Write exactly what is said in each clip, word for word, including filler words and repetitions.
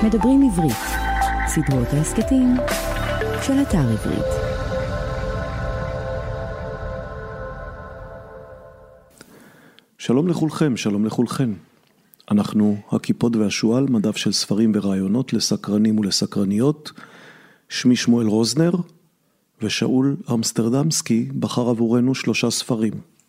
מדברים עברית, סדרות ההסקטים של אתר עברית. שלום לכולכם, שלום לכולכן. אנחנו הכיפות והשואל, מדף של ספרים ורעיונות לסקרנים ולסקרניות. שמי שמואל רוזנר, ושאול אמסטרדמסקי בחר עבורנו שלושה ספרים.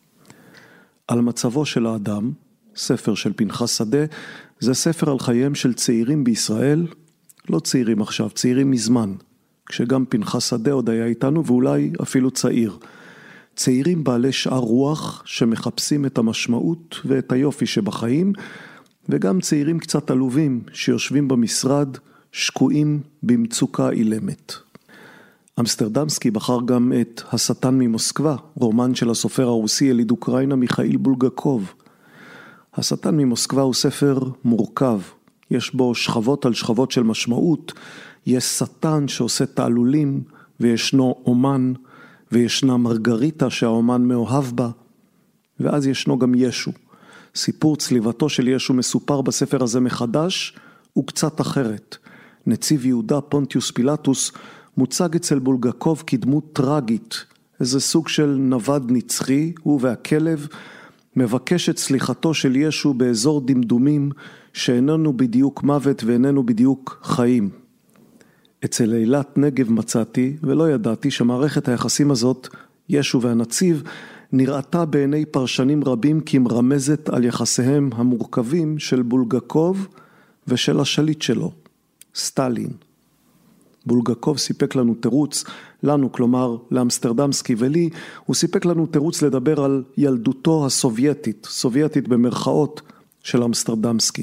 על מצבו של האדם, ספר של פנחס שדה, זה ספר על חייהם של צעירים בישראל, לא צעירים עכשיו, צעירים מזמן, כשגם פנחס שדה עוד היה איתנו ואולי אפילו צעיר. צעירים בעלי שאר רוח שמחפשים את המשמעות ואת היופי שבחיים, וגם צעירים קצת עלובים שיושבים במשרד, שקועים במצוקה אילמת. אמסטרדמסקי בחר גם את השטן ממוסקבה, רומן של הסופר הרוסי יליד אוקראינה מיכאיל בולגקוב. השטן ממוסקבה הוא ספר מורכב, יש בו שכבות על שכבות של משמעות, יש שטן שעושה תעלולים, וישנו אומן, וישנה מרגריטה שהאומן מאוהב בה, ואז ישנו גם ישו. סיפור צליבתו של ישו מסופר בספר הזה מחדש, וקצת אחרת. נציב יהודה פונטיוס פילטוס מוצג אצל בולגקוב כדמות טרגית, איזה סוג של נבד נצחי, הוא והכלב, מבקש את סליחתו של ישו באזור דמדומים, שאיננו בדיוק מוות ואיננו בדיוק חיים. אצל אילת נגב מצאתי, ולא ידעתי שמערכת היחסים הזאת, ישו והנציב, נראתה בעיני פרשנים רבים כמרמזת על יחסיהם המורכבים של בולגקוב ושל השליט שלו, סטלין. בולגקוב סיפק לנו תירוץ, לנו כלומר לאמסטרדמסקי ולי, הוא סיפק לנו תירוץ לדבר על ילדותו הסובייטית, סובייטית במרכאות של אמסטרדמסקי.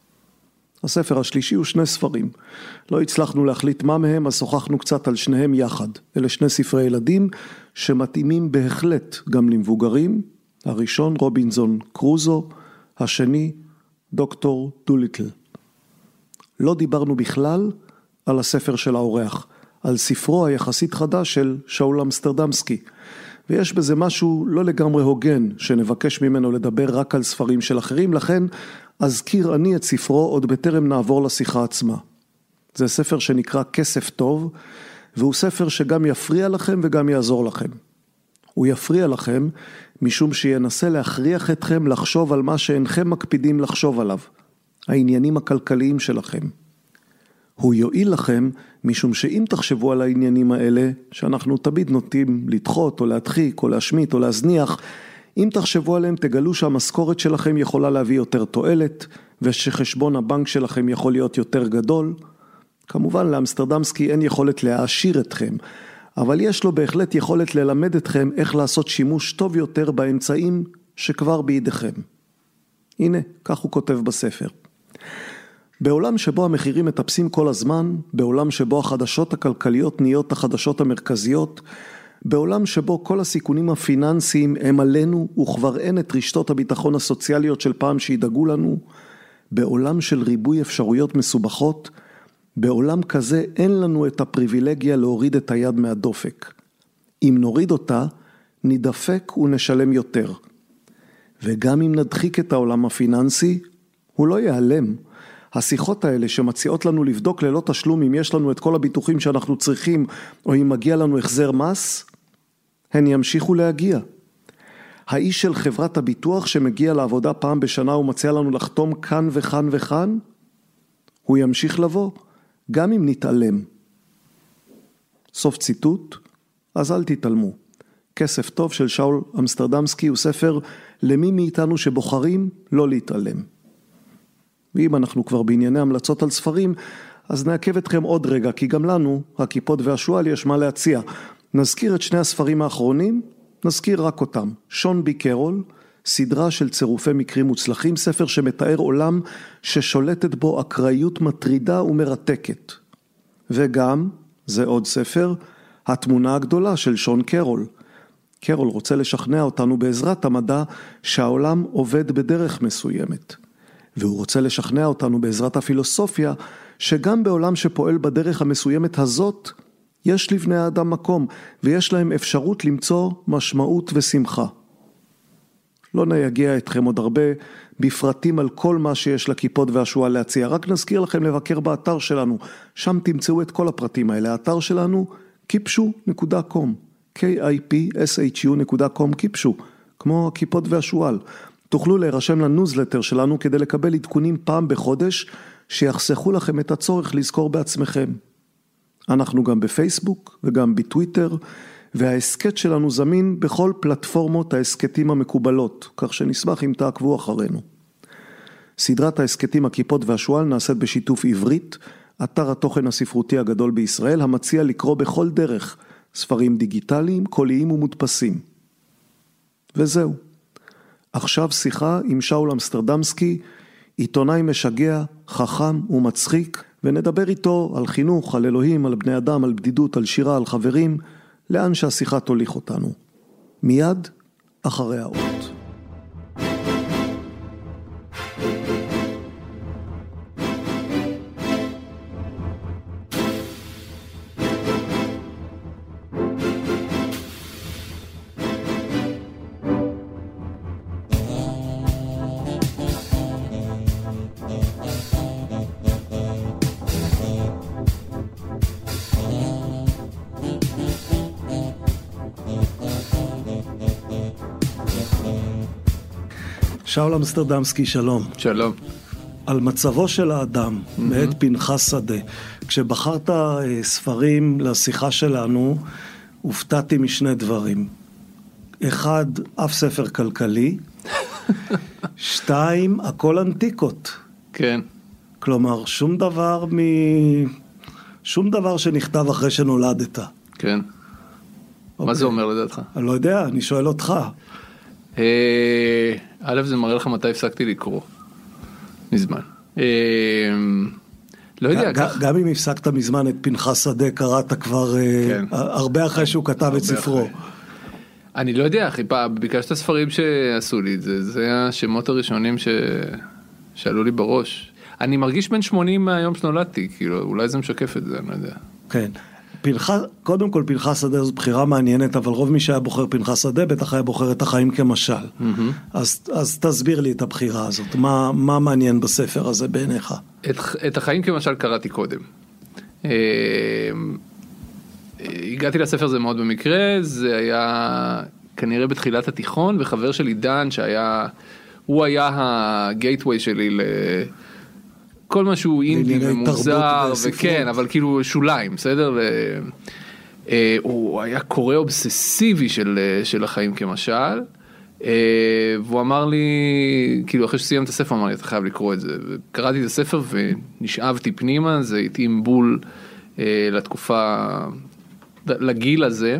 הספר השלישי הוא שני ספרים. לא הצלחנו להחליט מה מהם, אז שוחחנו קצת על שניהם יחד. אלה שני ספרי ילדים שמתאימים בהחלט גם למבוגרים. הראשון רובינזון קרוזו, השני דוקטור דוליטל. לא דיברנו בכלל על הספר של האורח, על ספרו היחסית חדש של שאול אמסטרדמסקי. ויש בזה משהו לא לגמרי הוגן, שנבקש ממנו לדבר רק על ספרים של אחרים, לכן אזכיר אני את ספרו עוד בטרם נעבור לשיחה עצמה. זה ספר שנקרא כסף טוב, והוא ספר שגם יפריע לכם וגם יעזור לכם. הוא יפריע לכם משום שינסה להכריח אתכם לחשוב על מה שאינכם מקפידים לחשוב עליו, העניינים הכלכליים שלכם. הוא יועיל לכם משום שאם תחשבו על העניינים האלה, שאנחנו תמיד נוטים לדחות או להדחיק או להשמיט או להזניח, אם תחשבו עליהם תגלו שהמשכורת שלכם יכולה להביא יותר תועלת, ושחשבון הבנק שלכם יכול להיות יותר גדול. כמובן לאמסטרדמסקי אין יכולת להעשיר אתכם, אבל יש לו בהחלט יכולת ללמד אתכם איך לעשות שימוש טוב יותר באמצעים שכבר בידיכם. הנה, כך הוא כותב בספר. בעולם שבו המחירים מטפסים כל הזמן, בעולם שבו החדשות הכלכליות נהיות החדשות המרכזיות, בעולם שבו כל הסיכונים הפיננסיים הם עלינו וכבר אין את רשתות הביטחון הסוציאליות של פעם שידאגו לנו, בעולם של ריבוי אפשרויות מסובכות, בעולם כזה אין לנו את הפריבילגיה להוריד את היד מהדופק. אם נוריד אותה, נדפק ונשלם יותר. וגם אם נדחיק את העולם הפיננסי, הוא לא ייעלם. השיחות האלה שמציעות לנו לבדוק ללא תשלום אם יש לנו את כל הביטוחים שאנחנו צריכים או אם מגיע לנו החזר מס, הן ימשיכו להגיע. האיש של חברת הביטוח שמגיע לעבודה פעם בשנה ומציע לנו לחתום כאן וכאן וכאן, הוא ימשיך לבוא, גם אם נתעלם. סוף ציטוט, אז אל תתעלמו. כסף טוב של שאול אמסטרדמסקי הוא ספר למי מאיתנו שבוחרים לא להתעלם. ואם אנחנו כבר בענייני המלצות על ספרים, אז נעכב אתכם עוד רגע, כי גם לנו, הכיפות והשואל, יש מה להציע. נזכיר את שני הספרים האחרונים, נזכיר רק אותם. שון בי קרול, סדרה של צירופי מקרים מוצלחים, ספר שמתאר עולם ששולטת בו אקראיות מטרידה ומרתקת. וגם, זה עוד ספר, התמונה הגדולה של שון קרול. קרול רוצה לשכנע אותנו בעזרת המדע שהעולם עובד בדרך מסוימת. והוא רוצה לשכנע אותנו בעזרת הפילוסופיה, שגם בעולם שפועל בדרך המסוימת הזאת, יש לבני האדם מקום, ויש להם אפשרות למצוא משמעות ושמחה. לא נייגע אתכם עוד הרבה בפרטים על כל מה שיש לכיפות והשועל להציע. רק נזכיר לכם לבקר באתר שלנו, שם תמצאו את כל הפרטים האלה. האתר שלנו קיפשו נקודה קום, קיי איי פי אס אייץ' יו נקודה קום, קיפשו, כמו הכיפות והשועל. תוכלו להירשם לניוזלטר שלנו כדי לקבל עדכונים פעם בחודש, שיחסכו לכם את הצורך לזכור בעצמכם. אנחנו גם בפייסבוק וגם בטוויטר, והעסקט שלנו זמין בכל פלטפורמות העסקטים המקובלות, כך שנשמח אם תעקבו אחרינו. סדרת העסקטים הכיפות והשועל נעשית בשיתוף עברית, אתר התוכן הספרותי הגדול בישראל, המציע לקרוא בכל דרך ספרים דיגיטליים, קוליים ומודפסים. וזהו. עכשיו שיחה עם שאול אמסטרדמסקי, עיתונאי משגע, חכם ומצחיק, ונדבר איתו על חינוך, על אלוהים, על בני אדם, על בדידות, על שירה, על חברים, לאן שהשיחה תוליך אותנו. מיד אחרי האות. שאול אמסטרדמסקי, שלום. שלום. על מצבו של האדם, mm-hmm. מאת פנחס שדה. כשבחרת ספרים לשיחה שלנו, הופתעתי משני דברים. אחד, אף ספר כלכלי. שתיים, הכל אנטיקות. כן. כלומר, שום דבר מ... שום דבר שנכתב אחרי שנולדת. כן. Okay. מה זה אומר לדעתך? אני לא יודע, אני שואל אותך. א', זה מראה לך מתי הפסקתי לקרוא. מזמן. לא יודע. גם אם הפסקת מזמן את פנחס שדה, קראת כבר הרבה אחרי שהוא כתב את ספרו. אני לא יודע, אחי, ביקשת ספרים שעשו לי את זה, זה השמות הראשונים שעלו לי בראש. אני מרגיש בן שמונים מהיום שנולדתי, כאילו, אולי זה משקף את זה, אני לא יודע. כן. פנחס, קודם כל פנחס שדה זו בחירה מעניינת, אבל רוב מי שהיה בוחר פנחס שדה, בטח היה בוחר את החיים כמשל. Mm-hmm. אז, אז תסביר לי את הבחירה הזאת. מה, מה מעניין בספר הזה בעיניך? את, את החיים כמשל קראתי קודם. הגעתי לספר הזה מאוד במקרה, זה היה כנראה בתחילת התיכון, וחבר שלי דן, שהיה, הוא היה הגייטווי שלי ל... כל משהו אינדי ומוזר, וכן, אבל כאילו שוליים, בסדר? הוא היה קורא אובססיבי של, של החיים כמשל, והוא אמר לי, כאילו אחרי שסיים את הספר, אמר לי, אתה חייב לקרוא את זה. וקראתי את הספר ונשאבתי פנימה, זה התאים בול לתקופה, לגיל הזה.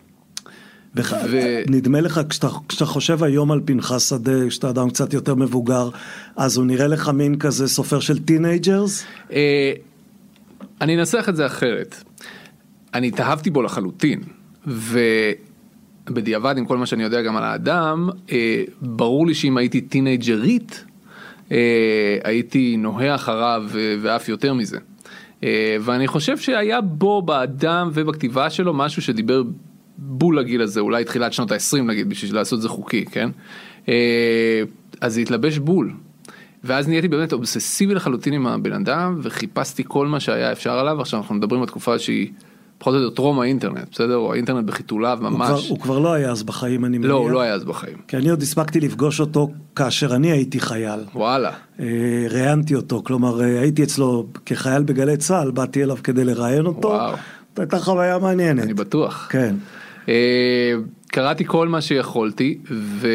נדמה לך, כשאתה חושב היום על פנחס שדה, כשאתה אדם קצת יותר מבוגר, אז הוא נראה לך מין כזה סופר של טינאג'רס? אני אנסח את זה אחרת. אני התאהבתי בו לחלוטין, ובדיעבד עם כל מה שאני יודע גם על האדם, ברור לי שאם הייתי טינאג'רית, הייתי נוהה אחריו ואף יותר מזה. ואני חושב שהיה בו באדם ובכתיבה שלו משהו שדיבר בול לגיל הזה, אולי תחילת שנות ה-עשרים נגיד, בשביל לעשות זה חוקי, כן? אז זה התלבש בול. ואז נהייתי באמת אובססיבי לחלוטין עם הבן אדם, וחיפשתי כל מה שהיה אפשר עליו. עכשיו אנחנו מדברים בתקופה שהיא פחות או יותר טרום האינטרנט, בסדר? או האינטרנט בחיתוליו ממש. הוא כבר, הוא כבר לא היה אז בחיים, אני מניח. לא, הוא לא היה אז בחיים. כי אני עוד הספקתי לפגוש אותו כאשר אני הייתי חייל. וואלה. ראיינתי אותו, כלומר הייתי אצלו כחייל בגלי צה"ל, באתי אליו כדי לראיין אותו. וואו. הייתה חוויה מעניינת. אני בטוח. כן. קראתי כל מה שיכולתי, ו...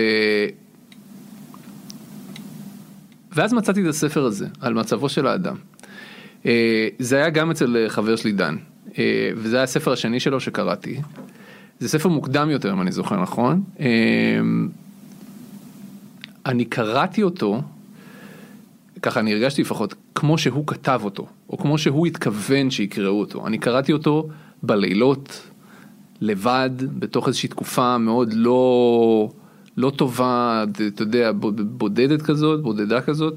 ואז מצאתי את הספר הזה, על מצבו של האדם. זה היה גם אצל חבר שלי דן, וזה היה הספר השני שלו שקראתי. זה ספר מוקדם יותר, אם אני זוכר נכון. אני קראתי אותו, ככה אני הרגשתי לפחות, כמו שהוא כתב אותו, או כמו שהוא התכוון שיקראו אותו. אני קראתי אותו בלילות, לבד, בתוך איזושהי תקופה מאוד לא, לא טובה, אתה יודע, בודדת כזאת, בודדה כזאת,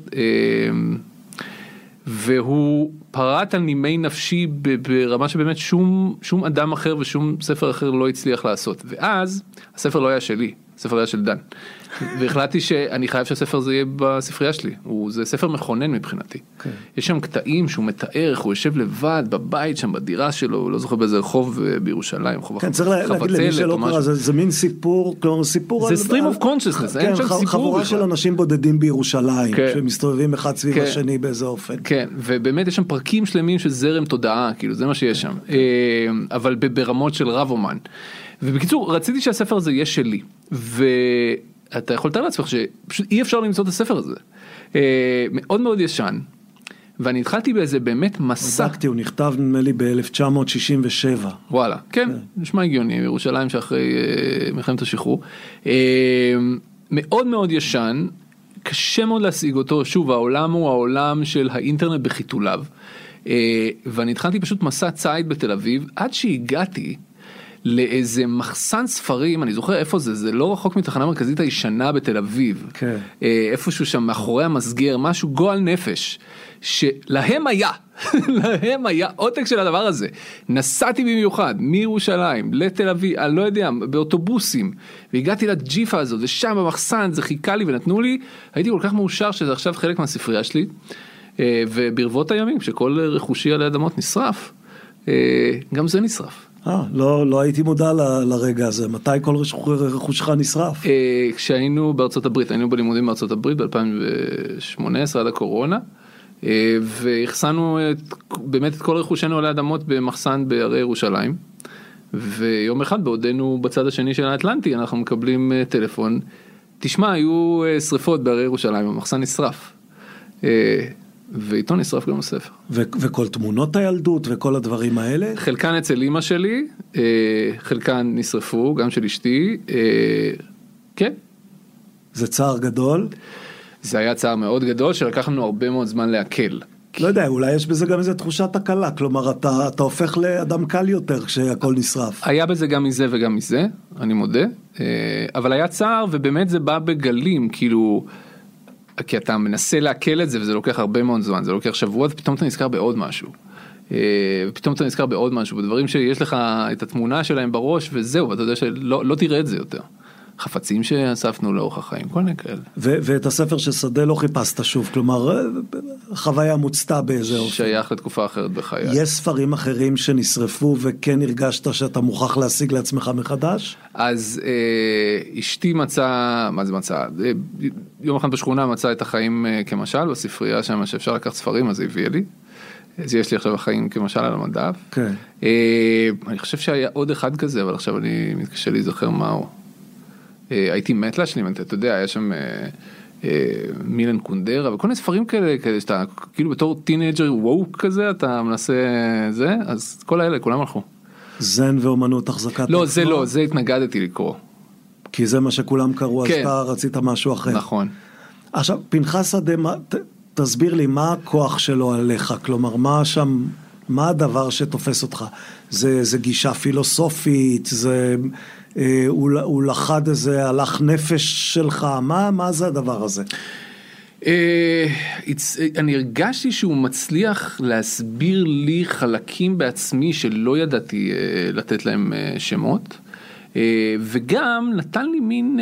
והוא פרט על נימי נפשי ברמה שבאמת שום, שום אדם אחר ושום ספר אחר לא הצליח לעשות. ואז הספר לא היה שלי, ספרייה של דן. והחלטתי שאני חייב שהספר הזה יהיה בספרייה שלי. הוא, זה ספר מכונן מבחינתי. Okay. יש שם קטעים שהוא מתאר, איך הוא יושב לבד בבית שם בדירה שלו, הוא לא זוכר באיזה רחוב בירושלים, רחוב כן, צריך להגיד למי שלא קרא, זה, זה מין סיפור, כלומר סיפור... זה stream of consciousness, אין שם סיפור. חבורה של אנשים בודדים בירושלים, כן. שמסתובבים אחד סביב כן. השני באיזה אופן. כן, ובאמת יש שם פרקים שלמים של זרם תודעה, כאילו זה מה שיש שם. כן. אבל ברמות של רב אומן. ובקיצור, רציתי שהספר הזה יהיה שלי. ו... אתה יכול לתאר לעצמך שפשוט אי אפשר למצוא את הספר הזה. מאוד מאוד ישן, ואני התחלתי באיזה באמת מסע. בדקתי, הוא נכתב נדמה לי ב-אלף תשע מאות שישים ושבע. וואלה, כן, נשמע הגיוני, ירושלים שאחרי מלחמת השחרור. מאוד מאוד ישן, קשה מאוד להשיג אותו, שוב, העולם הוא העולם של האינטרנט בחיתוליו, ואני התחלתי פשוט מסע ציד בתל אביב, עד שהגעתי, לאיזה מחסן ספרים, אני זוכר איפה זה, זה לא רחוק מתחנה מרכזית הישנה בתל אביב, okay. איפשהו שם מאחורי המסגר, משהו גועל נפש, שלהם היה, להם היה עותק של הדבר הזה, נסעתי במיוחד מירושלים לתל אביב, אני לא יודע, באוטובוסים, והגעתי לג'יפה הזאת, ושם במחסן זה חיכה לי ונתנו לי, הייתי כל כך מאושר שזה עכשיו חלק מהספרייה שלי, וברבות הימים, שכל רכושי על האדמות נשרף, גם זה נשרף. אה, לא, לא הייתי מודע ל, לרגע הזה. מתי כל רכושך נשרף? כשהיינו בארצות הברית, היינו בלימודים בארצות הברית ב-אלפיים ושמונה עשרה עד הקורונה, והחסנו את, באמת את כל רכושנו על האדמות במחסן בערי ירושלים, ויום אחד בעודנו בצד השני של האטלנטי, אנחנו מקבלים טלפון, תשמע, היו שריפות בערי ירושלים, המחסן נשרף. ואיתו נשרף גם הספר. ו- וכל תמונות הילדות וכל הדברים האלה? חלקן אצל אמא שלי, חלקן נשרפו, גם של אשתי, כן. זה צער גדול? זה היה צער מאוד גדול, שלקח לנו הרבה מאוד זמן להקל. לא יודע, אולי יש בזה גם איזו תחושת הקלה, כלומר, אתה, אתה הופך לאדם קל יותר כשהכל נשרף. היה בזה גם מזה וגם מזה, אני מודה, אבל היה צער, ובאמת זה בא בגלים, כאילו, כי אתה מנסה להקל את זה, וזה לוקח הרבה מאוד זמן, זה לוקח שבוע, ופתאום אתה נזכר בעוד משהו. ופתאום אתה נזכר בעוד משהו, בדברים שיש לך את התמונה שלהם בראש, וזהו, ואתה יודע שלא לא תראה את זה יותר. חפצים שאספנו לאורך החיים, כל מיני כאלה. ו- ואת הספר של שדה לא חיפשת שוב, כלומר, חוויה מוצתה באיזה אופן. שייך לתקופה אחרת בחיי. יש ספרים אחרים שנשרפו, וכן הרגשת שאתה מוכרח להשיג לעצמך מחדש? אז אה, אשתי מצאה, מה זה מצאה? אה, יום אחד בשכונה מצאה את החיים אה, כמשל, בספרייה שם שאפשר לקחת ספרים, אז הביאה לי. אז יש לי עכשיו החיים כמשל על המדף. כן. אה, אני חושב שהיה עוד אחד כזה, אבל עכשיו אני מתקשה להיזכר מהו. הייתי מת להשלים, אתה יודע, היה שם מילן קונדרה, וכל מיני ספרים כאלה, כאלה שאתה, כאילו בתור טינג'ר ווק כזה, אתה מנסה זה, אז כל האלה, כולם הלכו. זן ואומנות החזקת... לא, זה לא, זה התנגדתי לקרוא. כי זה מה שכולם קראו, אז אתה רצית משהו אחר. נכון. עכשיו, פנחס שדה, תסביר לי, מה הכוח שלו עליך? כלומר, מה שם, מה הדבר שתופס אותך? זה, זה גישה פילוסופית, זה... הוא, הוא לחד איזה הלך נפש שלך, מה, מה זה הדבר הזה? אני הרגשתי שהוא מצליח להסביר לי חלקים בעצמי שלא ידעתי לתת להם שמות, וגם נתן לי מין,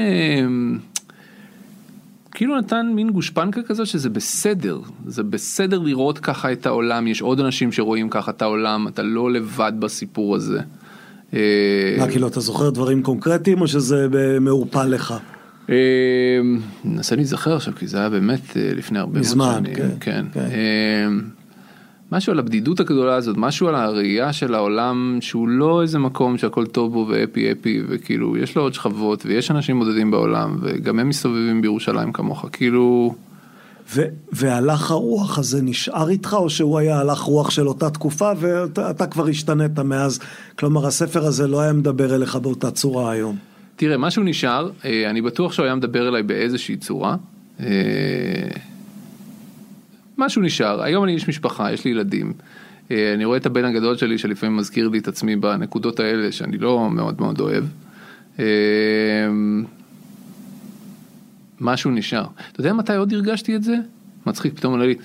כאילו נתן מין גושפנקה כזה שזה בסדר, זה בסדר לראות ככה את העולם, יש עוד אנשים שרואים ככה את העולם, אתה לא לבד בסיפור הזה. מה, כאילו, אתה זוכר דברים קונקרטיים, או שזה מעורפל לך? ננסה להיזכר עכשיו, כי זה היה באמת לפני הרבה מאוד שנים. כן. משהו על הבדידות הגדולה הזאת, משהו על הראייה של העולם, שהוא לא איזה מקום שהכל טוב בו ואפי אפי, וכאילו, יש לו עוד שכבות, ויש אנשים מודדים בעולם, וגם הם מסתובבים בירושלים כמוך, כאילו... והלך הרוח הזה נשאר איתך, או שהוא היה הלך רוח של אותה תקופה, ואתה כבר השתנית מאז, כלומר הספר הזה לא היה מדבר אליך באותה צורה היום? תראה, משהו נשאר, אני בטוח שהוא היה מדבר אליי באיזושהי צורה, משהו נשאר, היום אני יש משפחה, יש לי ילדים, אני רואה את הבן הגדול שלי, שלפעמים מזכיר לי את עצמי בנקודות האלה, שאני לא מאוד מאוד אוהב, משהו נשאר. אתה יודע מתי עוד הרגשתי את זה? מצחיק, פתאום עולה לי.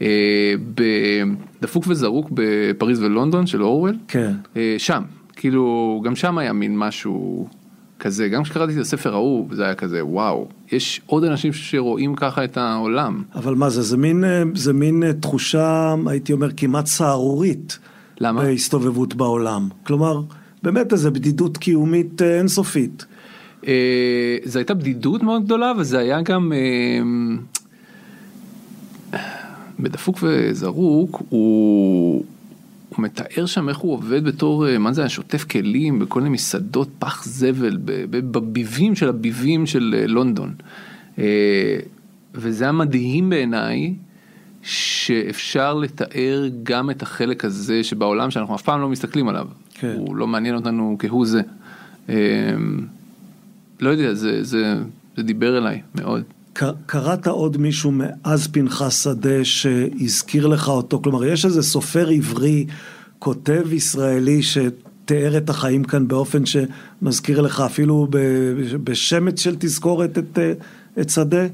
בדפוק וזרוק בפריז ולונדון של אורוול. כן. שם. כאילו, גם שם היה מין משהו כזה, גם כשקראתי את הספר ההוא, זה היה כזה, וואו, יש עוד אנשים שרואים ככה את העולם. אבל מה זה, זה מין, זה מין תחושה, הייתי אומר, כמעט סערורית. למה? בהסתובבות בעולם. כלומר, באמת איזו בדידות קיומית אינסופית. זו הייתה בדידות מאוד גדולה, וזה היה גם... בדפוק וזרוק, הוא... הוא מתאר שם איך הוא עובד בתור, מה זה היה, שוטף כלים, בכל מיני מסעדות, פח זבל, בביבים של הביבים של לונדון. וזה היה מדהים בעיניי, שאפשר לתאר גם את החלק הזה שבעולם שאנחנו אף פעם לא מסתכלים עליו. כן. הוא לא מעניין אותנו כהוא זה. לא יודע, זה, זה, זה דיבר אליי מאוד. קראת עוד מישהו מאז פנחס שדה שהזכיר לך אותו? כלומר, יש איזה סופר עברי, כותב ישראלי שתיאר את החיים כאן באופן שמזכיר לך אפילו בשמץ של תזכורת את, את שדה?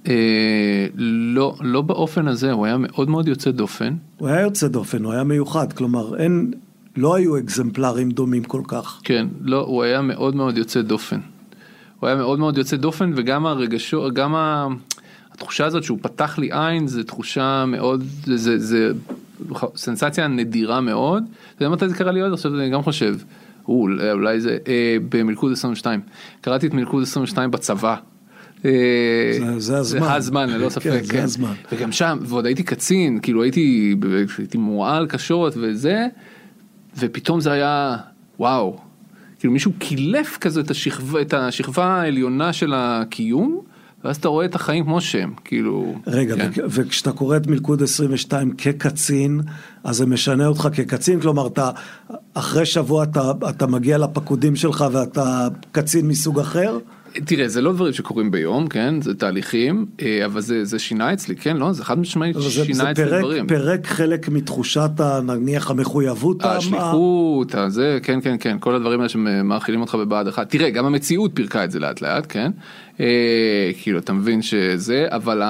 לא, לא באופן הזה, הוא היה מאוד מאוד יוצא דופן. הוא היה יוצא דופן, הוא היה מיוחד, כלומר, אין, לא היו אקזמפלרים דומים כל כך. כן, לא, הוא היה מאוד מאוד יוצא דופן. הוא היה מאוד מאוד יוצא דופן, וגם הרגשו, גם התחושה הזאת שהוא פתח לי עין, זה תחושה מאוד, זה, זה, זה סנסציה נדירה מאוד. אתה יודע מתי זה קרה לי עוד? עכשיו אני גם חושב, אולי זה, אה, במלכוד עשרים ושתיים. קראתי את מלכוד עשרים ושתיים בצבא. זה, זה הזמן. זה הזמן, ללא ספק. כן, זה הזמן. וגם שם, ועוד הייתי קצין, כאילו הייתי, הייתי מועל קשות וזה, ופתאום זה היה, וואו. כאילו מישהו קילף כזה את השכבה, את השכבה העליונה של הקיום, ואז אתה רואה את החיים כמו שהם, כאילו... רגע, כן. ו- וכשאתה קורא את מלכוד עשרים ושתיים כקצין, אז זה משנה אותך כקצין, כלומר, אתה, אחרי שבוע אתה, אתה מגיע לפקודים שלך ואתה קצין מסוג אחר? תראה, זה לא דברים שקורים ביום, כן? זה תהליכים, אבל זה, זה שינה אצלי, כן? לא? זה חד משמעית שינה אצלי דברים. זה פרק חלק מתחושת, נניח, המחויבות. השליחות, זה, כן, כן, כן. כל הדברים האלה שמאכילים אותך בבעד אחד. תראה, גם המציאות פירקה את זה לאט לאט, כן? כאילו, אתה מבין שזה, אבל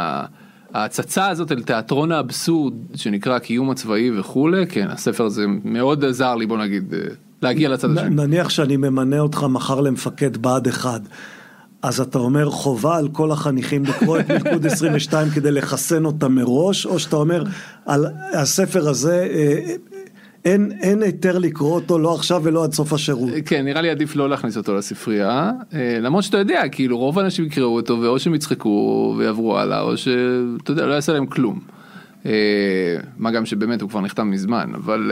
ההצצה הזאת אל תיאטרון האבסורד, שנקרא קיום הצבאי וכו', כן, הספר הזה מאוד עזר לי, בוא נגיד... להגיע לצד השני. נניח שאני ממנה אותך מחר למפקד בעד אחד, אז אתה אומר חובה על כל החניכים לקרוא את מלכוד עשרים ושתיים כדי לחסן אותם מראש, או שאתה אומר, על הספר הזה אין, אין היתר לקרוא אותו לא עכשיו ולא עד סוף השירות. כן, נראה לי עדיף לא להכניס אותו לספרייה, למרות שאתה יודע, כאילו רוב האנשים יקראו אותו, ואו שהם יצחקו ויעברו הלאה, או שאתה יודע, לא יעשה להם כלום. מה גם שבאמת הוא כבר נכתב מזמן, אבל...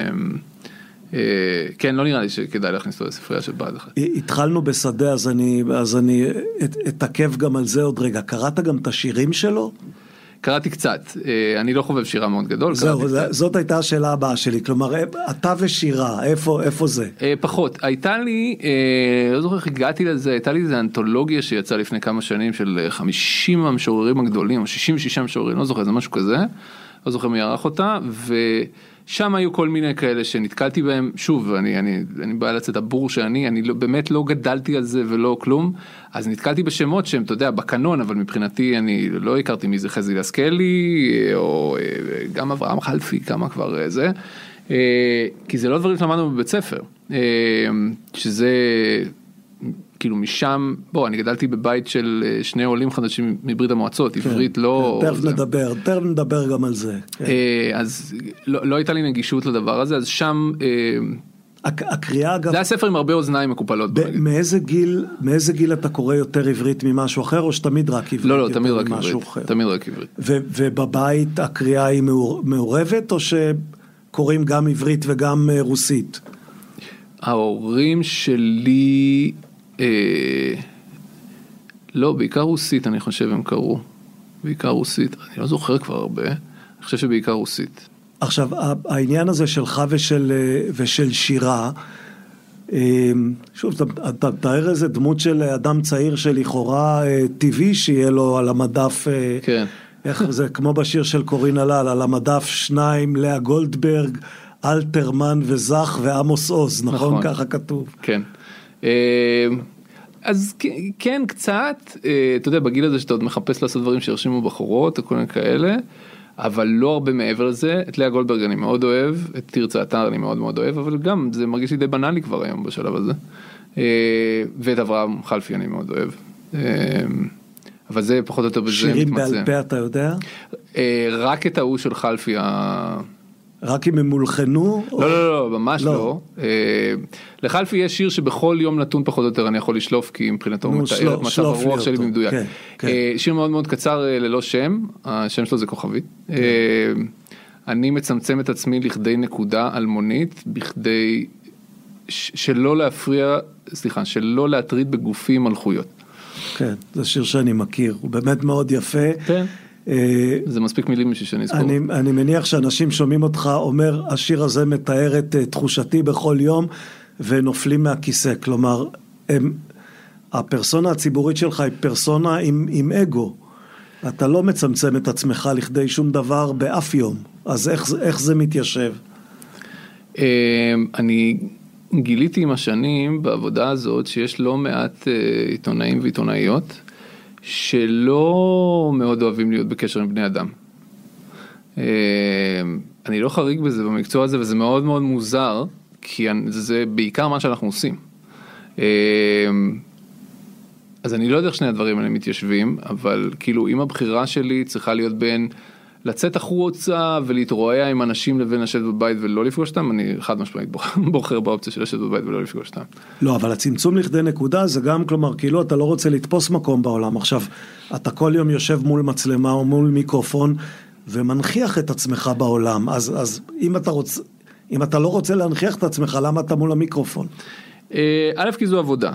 כן, לא נראה לי שכדאי להכניס אותו לספרייה של בעד אחד. התחלנו בשדה, אז אני, אז אני אתעכב גם על זה עוד רגע. קראת גם את השירים שלו? קראתי קצת. אני לא חובב שירה מאוד גדול. זהו, זאת הייתה השאלה הבאה שלי. כלומר, אתה ושירה, איפה, איפה זה? פחות. הייתה לי, לא זוכר איך הגעתי לזה, הייתה לי איזו אנתולוגיה שיצאה לפני כמה שנים של חמישים המשוררים הגדולים, או שישים ושישה משוררים, לא זוכר, זה משהו כזה. לא זוכר מי ערך אותה, ושם היו כל מיני כאלה שנתקלתי בהם, שוב, אני, אני, אני בא לצאת הבור שאני, אני לא, באמת לא גדלתי על זה ולא כלום, אז נתקלתי בשמות שהם, אתה יודע, בקנון, אבל מבחינתי אני לא הכרתי מי זה חזי לסקלי, או גם אברהם חלפי, כמה כבר זה, כי זה לא דברים שלמדנו בבית ספר, שזה... כאילו משם, בוא, אני גדלתי בבית של שני עולים חדשים מברית המועצות, עברית לא... תכף נדבר, תכף נדבר גם על זה. אז לא הייתה לי נגישות לדבר הזה, אז שם... הקריאה אגב... זה היה ספר עם הרבה אוזניים מקופלות. מאיזה גיל, מאיזה גיל אתה קורא יותר עברית ממשהו אחר, או שתמיד רק עברית? לא, לא, תמיד רק עברית. תמיד רק עברית. ובבית הקריאה היא מעורבת, או שקוראים גם עברית וגם רוסית? ההורים שלי... לא, בעיקר רוסית אני חושב הם קראו, בעיקר רוסית, אני לא זוכר כבר הרבה, אני חושב שבעיקר רוסית. עכשיו, העניין הזה שלך ושל, ושל שירה, שוב, אתה תאר איזה דמות של אדם צעיר שלכאורה טבעי שיהיה לו על המדף, כן. איך זה, כמו בשיר של קורין הלל, על המדף שניים, לאה גולדברג, אלתרמן וזך ועמוס עוז, נכון? נכון. ככה כתוב. כן. אז כן, קצת, אתה יודע, בגיל הזה שאתה עוד מחפש לעשות דברים שהרשימו בחורות, או כל מיני כאלה, אבל לא הרבה מעבר לזה. את לאה גולדברג אני מאוד אוהב, את תרצה אתר אני מאוד מאוד אוהב, אבל גם זה מרגיש לי די בנאלי כבר היום בשלב הזה. ואת אברהם חלפי אני מאוד אוהב. אבל זה פחות או יותר בזה מתמצא. שירים בעל פה אתה יודע? רק את ההוא של חלפי. רק אם הם מולחנו? לא, לא, לא, ממש לא. לחלפי יש שיר שבכל יום נתון פחות או יותר אני יכול לשלוף, כי מבחינתו הוא מתאר את מצב הרוח שלי במדויק. שיר מאוד מאוד קצר ללא שם, השם שלו זה כוכבית. אני מצמצם את עצמי לכדי נקודה אלמונית, בכדי שלא להפריע, סליחה, שלא להטריד בגופי מלכויות. כן, זה שיר שאני מכיר, הוא באמת מאוד יפה. כן, זה מספיק מילים בשביל שאני אזכור. אני, אני מניח שאנשים שומעים אותך אומר, השיר הזה מתאר את תחושתי בכל יום, ונופלים מהכיסא. כלומר, הם, הפרסונה הציבורית שלך היא פרסונה עם, עם אגו. אתה לא מצמצם את עצמך לכדי שום דבר באף יום. אז איך, איך זה מתיישב? אני גיליתי עם השנים בעבודה הזאת שיש לא מעט עיתונאים ועיתונאיות שלא מאוד אוהבים להיות בקשר עם בני אדם. אני לא חריג בזה במקצוע הזה, וזה מאוד מאוד מוזר, כי זה בעיקר מה שאנחנו עושים. אז אני לא יודע איך שני הדברים האלה מתיישבים, אבל כאילו אם הבחירה שלי צריכה להיות בין לצאת החוצה ולהתרועע עם אנשים לבין לשבת בבית ולא לפגוש אותם, אני חד משמעית בוחר באופציה של לשבת בבית ולא לפגוש אותם. לא, אבל הצמצום לכדי נקודה זה גם, כלומר, כאילו אתה לא רוצה לתפוס מקום בעולם. עכשיו, אתה כל יום יושב מול מצלמה או מול מיקרופון ומנחיח את עצמך בעולם. אז, אז אם אתה רוצה, אם אתה לא רוצה להנחיח את עצמך, למה אתה מול המיקרופון? א', כי זו עבודה.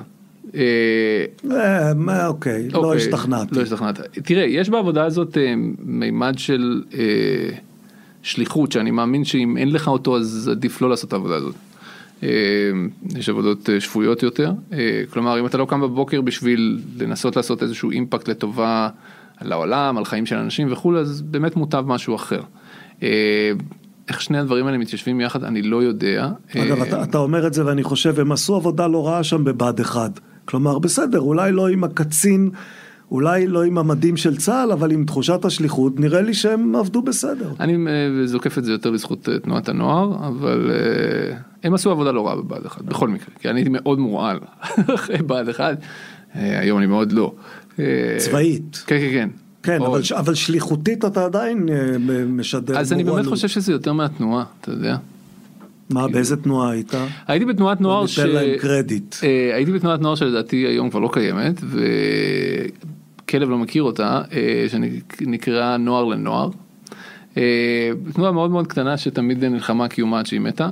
אוקיי, לא השתכנעתי. לא השתכנעת. תראה, יש בעבודה הזאת מימד של שליחות, שאני מאמין שאם אין לך אותו, אז עדיף לא לעשות את העבודה הזאת. יש עבודות שפויות יותר. כלומר, אם אתה לא קם בבוקר בשביל לנסות לעשות איזשהו אימפקט לטובה על העולם, על חיים של אנשים וכו', אז באמת מוטב משהו אחר. איך שני הדברים האלה מתיישבים יחד, אני לא יודע. אגב, אתה, אתה אומר את זה ואני חושב, הם עשו עבודה לא רעה שם בבד אחד. כלומר, בסדר, אולי לא עם הקצין, אולי לא עם המדים של צה"ל, אבל עם תחושת השליחות, נראה לי שהם עבדו בסדר. אני זוקף את זה יותר לזכות תנועת הנוער, אבל הם עשו עבודה לא רעה בבד אחד, בכל מקרה, כי אני הייתי מאוד מורעל אחרי בד אחד, היום אני מאוד לא. צבאית. כן, כן, כן. כן, אבל, אבל שליחותית אתה עדיין משדר. אז אני באמת חושב שזה יותר מהתנועה, אתה יודע. מה, באיזה תנועה היית? הייתי בתנועת נוער ש... ניתן להם קרדיט. הייתי בתנועת נוער שלדעתי היום כבר לא קיימת, וכלב לא מכיר אותה, שנקראה נוער לנוער. תנועה מאוד מאוד קטנה שתמיד נלחמה קיומה עד שהיא מתה.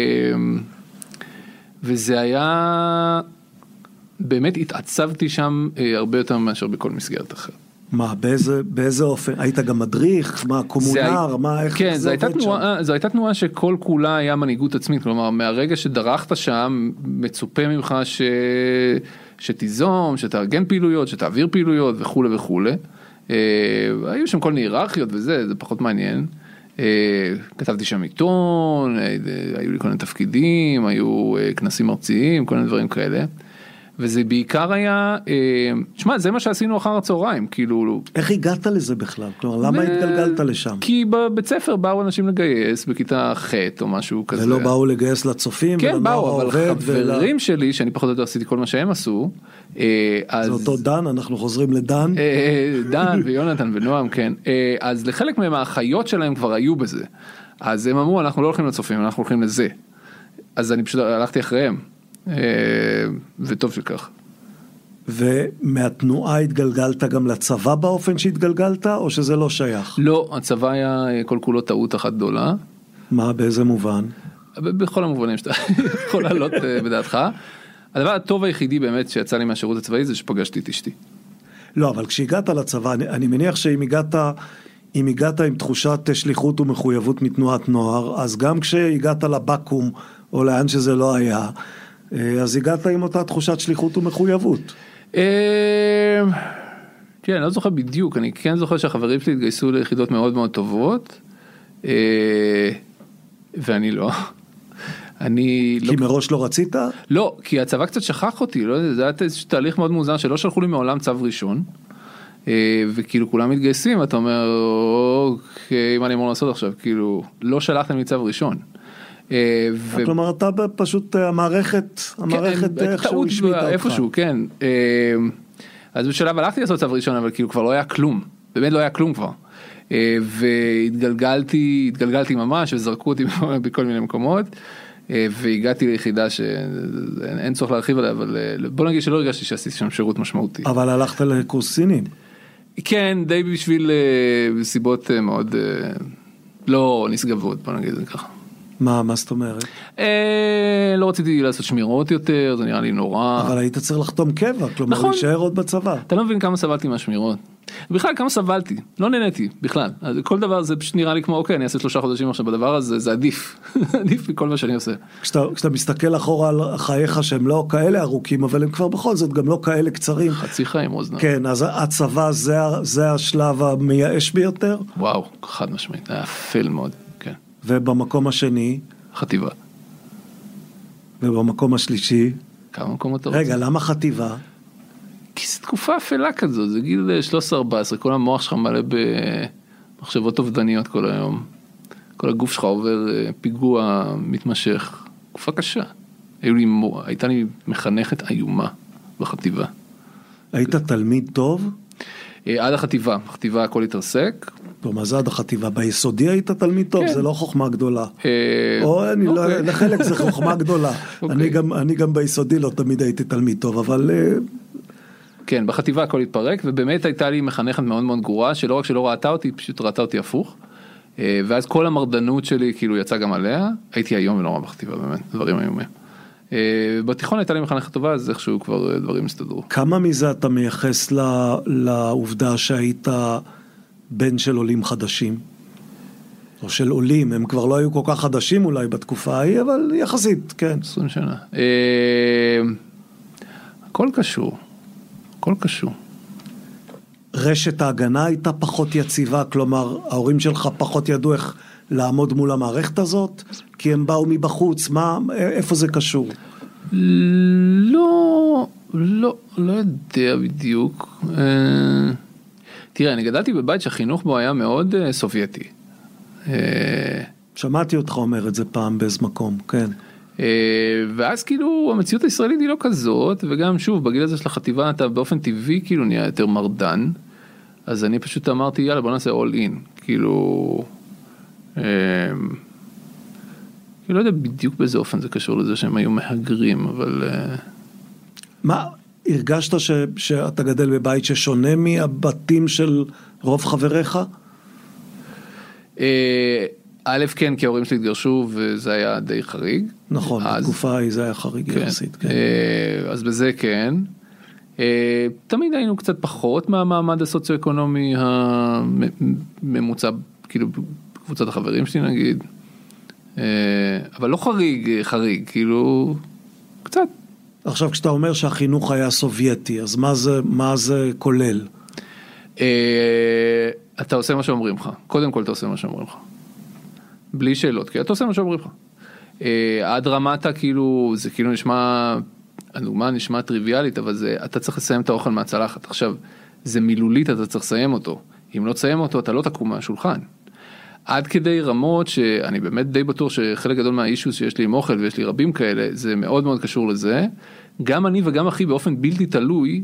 וזה היה... באמת התעצבתי שם הרבה יותר מאשר בכל מסגרת אחרת. מה, באיזה, באיזה אופן? היית גם מדריך? מה, קומונר? מה, איך כן, זה עובד שם? זו הייתה תנועה שכל כולה היה מנהיגות עצמית, כלומר, מהרגע שדרכת שם, מצופה ממך ש... שתיזום, שתארגן פעילויות, שתעביר פעילויות וכו' וכו'. היו שם כל מיני היררכיות וזה, זה פחות מעניין. כתבתי שם עיתון, היו לי כל מיני תפקידים, היו כנסים ארציים, כל מיני דברים כאלה. וזה בעיקר היה, שמה, זה מה שעשינו אחר הצהריים, כאילו... איך הגעת לזה בכלל? כלומר, למה התגלגלת לשם? כי בבית ספר באו אנשים לגייס, בכיתה ח' או משהו כזה. ולא באו לגייס לצופים? כן, באו, אבל חברים שלי, שאני פחות או יותר עשיתי כל מה שהם עשו, אז... זה אותו דן, אנחנו חוזרים לדן. דן ויונתן ונועם, כן. אז לחלק מהם, האחיות שלהם כבר היו בזה. אז הם אמרו, אנחנו לא הולכים לצופים, אנחנו הולכים לזה. אז אני פשוט הלכתי אחריהם. וטוב שכך. ומהתנועה התגלגלת גם לצבא באופן שהתגלגלת, או שזה לא שייך? לא, הצבא היה כל כולו טעות אחת גדולה. מה, באיזה מובן? בכל המובנים שאתה יכול לעלות בדעתך. הדבר הטוב היחידי באמת שיצא לי מהשירות הצבאי זה שפגשתי את אשתי. לא, אבל כשהגעת לצבא, אני, אני מניח שאם הגעת, אם הגעת עם תחושת שליחות ומחויבות מתנועת נוער, אז גם כשהגעת לבקום, או לאן שזה לא היה, אז הגעת עם אותה תחושת שליחות ומחויבות. כן, אני לא זוכר בדיוק, אני כן זוכר שהחברים שלי התגייסו ליחידות מאוד מאוד טובות, ואני לא. אני כי מראש לא רצית? לא, כי הצבא קצת שכח אותי, זה היה תהליך מאוד מוזר שלא שלחו לי מעולם צו ראשון, וכאילו כולם מתגייסים, אתה אומר, אוקיי, מה אני אמור לעשות עכשיו? כאילו, לא שלחתם לי צו ראשון. כלומר, אתה פשוט המערכת, המערכת איכשהו השמיטה אותך. איפשהו, כן. אז בשלב הלכתי לעשות צו ראשון, אבל כאילו כבר לא היה כלום. באמת לא היה כלום כבר. והתגלגלתי, התגלגלתי ממש, וזרקו אותי בכל מיני מקומות. והגעתי ליחידה שאין צורך להרחיב עליה, אבל בוא נגיד שלא הרגשתי שעשיתי שם שירות משמעותי. אבל הלכת לקורס סינים. כן, די בשביל סיבות מאוד לא נשגבות, בוא נגיד זה ככה. מה, מה זאת אומרת? לא רציתי לעשות שמירות יותר, זה נראה לי נורא. אבל היית צריך לחתום קבע, כלומר להישאר עוד בצבא. אתה לא מבין כמה סבלתי מהשמירות. בכלל כמה סבלתי, לא נהניתי בכלל. כל דבר זה פשוט נראה לי כמו, אוקיי, אני אעשה שלושה חודשים עכשיו בדבר הזה, זה עדיף. עדיף מכל מה שאני עושה. כשאתה, כשאתה מסתכל אחורה על חייך שהם לא כאלה ארוכים, אבל הם כבר בכל זאת גם לא כאלה קצרים. חצי חיים אוזנה. כן, אז הצבא זה, זה השלב המייאש ביותר? וואו, חד משמעית, היה אפל מאוד, כן. ובמקום השני? חטיבה. ובמקום השלישי? כמה מקומות אתה רוצה? רגע, למה חטיבה? כי זו תקופה אפלה כזו, זה גיל שלוש עשרה ארבע עשרה, כל המוח שלך מלא במחשבות אובדניות כל היום. כל הגוף שלך עובר פיגוע מתמשך. תקופה קשה. לי, הייתה לי מחנכת איומה בחטיבה. היית תלמיד טוב? עד החטיבה. בחטיבה הכל התרסק. מה זה עד החטיבה? ביסודי היית תלמיד טוב? זה לא חוכמה גדולה. או לחלק זה חוכמה גדולה. אני גם ביסודי לא תמיד הייתי תלמיד טוב, אבל... כן, בחטיבה הכל התפרק, ובאמת הייתה לי מחנכת מאוד מאוד גרועה, שלא רק שלא ראתה אותי, פשוט ראתה אותי הפוך. ואז כל המרדנות שלי כאילו יצא גם עליה. הייתי היום ונורא בחטיבה, באמת, דברים איומים. בתיכון הייתה לי מחנכת טובה, אז איכשהו כבר דברים הסתדרו. כמה מזה אתה מייחס לעובדה שהיית בן של עולים חדשים? או של עולים, הם כבר לא היו כל כך חדשים אולי בתקופה ההיא, אבל יחסית, כן. עשרים שנה. הכל קשור. הכל קשור. רשת ההגנה הייתה פחות יציבה, כלומר, ההורים שלך פחות ידעו איך לעמוד מול המערכת הזאת, כי הם באו מבחוץ, מה, איפה זה קשור? לא, לא, לא יודע בדיוק. תראה, אני גדלתי בבית שהחינוך בו היה מאוד סובייטי. שמעתי אותך אומר את זה פעם באיזה מקום, כן. ואז כאילו המציאות הישראלית היא לא כזאת, וגם שוב, בגיל הזה של החטיבה אתה באופן טבעי כאילו נהיה יותר מרדן, אז אני פשוט אמרתי, יאללה בוא נעשה all in, כאילו, כאילו לא יודע בדיוק באיזה אופן זה קשור לזה שהם היו מהגרים, אבל... מה, הרגשת ש, שאתה גדל בבית ששונה מהבתים של רוב חבריך? א' כן, כי ההורים שלי התגרשו, וזה היה די חריג. נכון, בתקופה ההיא זה היה חריג יחסית. כן. אז בזה כן. תמיד היינו קצת פחות מהמעמד הסוציו-אקונומי הממוצע, כאילו בקבוצת החברים שלי נגיד. אבל לא חריג, חריג, כאילו קצת. עכשיו כשאתה אומר שהחינוך היה סובייטי, אז מה זה, מה זה כולל? אתה עושה מה שאומרים לך. קודם כל אתה עושה מה שאומרים לך. בלי שאלות, כי אתה עושה מה שאומרים לך. עד רמתה כאילו, זה כאילו נשמע, הדוגמה נשמע טריוויאלית, אבל זה, אתה צריך לסיים את האוכל מהצלחת. עכשיו, זה מילולית, אתה צריך לסיים אותו. אם לא תסיים אותו, אתה לא תקום מהשולחן. עד כדי רמות שאני באמת די בטוח שחלק גדול מהאישוס שיש לי עם אוכל, ויש לי רבים כאלה, זה מאוד מאוד קשור לזה. גם אני וגם אחי באופן בלתי תלוי,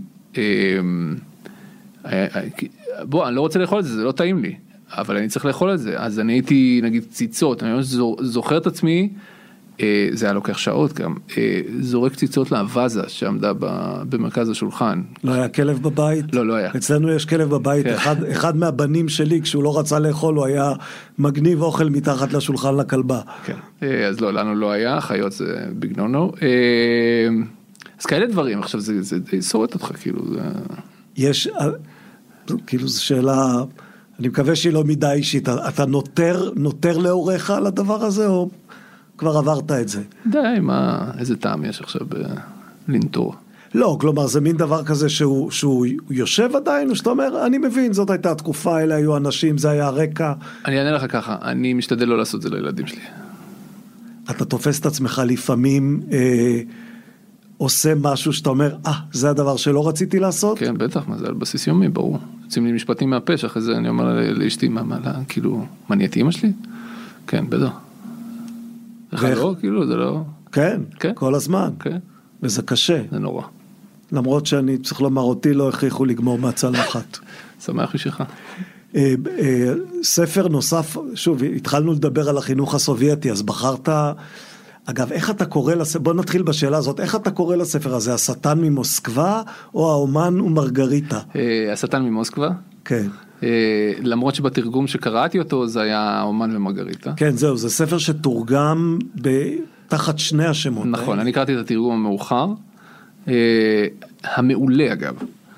בוא, אני לא רוצה לאכול את זה, זה לא טעים לי. אבל אני צריך לאכול את זה, אז אני הייתי נגיד ציצות, אני זוכר את עצמי, זה היה לוקח שעות גם, זורק ציצות לאבזה שעמדה במרכז השולחן. לא היה כלב בבית? לא, לא היה. אצלנו יש כלב בבית, אחד, אחד מהבנים שלי, כשהוא לא רצה לאכול, הוא היה מגניב אוכל מתחת לשולחן לכלבה. כן, אז לא, לנו לא היה, חיות זה בגנונו. אז כאלה דברים, עכשיו זה, זה די שורט אותך, כאילו. זה... יש, כאילו זו שאלה... אני מקווה שהיא לא מדי אישית, אתה נותר, נותר להוריך על הדבר הזה, או כבר עברת את זה? די, מה, איזה טעם יש עכשיו לנטור? לא, כלומר, זה מין דבר כזה שהוא, שהוא יושב עדיין, או שאתה אומר, אני מבין, זאת הייתה התקופה, אלה היו אנשים, זה היה הרקע. אני אענה לך ככה, אני משתדל לא לעשות זה לילדים שלי. אתה תופס את עצמך לפעמים, אה, עושה משהו שאתה אומר, אה, זה הדבר שלא רציתי לעשות? כן, בטח, מה זה על בסיס יומי, ברור. יוצאים לי משפטים מהפש, אחרי זה אני אומר לאשתי, מה, מה, כאילו, מה, נהייתי אמא שלי? כן, בטח. לך לא, כאילו, זה לא... כן, כל הזמן. וזה קשה. זה נורא. למרות שאני צריך לומר, אותי לא הכריחו לגמור מהצלחת. שמח בשבילך. ספר נוסף, שוב, התחלנו לדבר על החינוך הסובייטי, אז בחרת, אגב, איך אתה קורא לספר, בוא נתחיל בשאלה הזאת, איך אתה קורא לספר הזה, השטן ממוסקבה, או האומן ומרגריטה? השטן ממוסקבה. כן. למרות שבתרגום שקראתי אותו, זה היה האומן ומרגריטה. כן, זהו, זה ספר שתורגם תחת שני השמות. נכון, אני קראתי את התרגום המאוחר, המעולה אגב.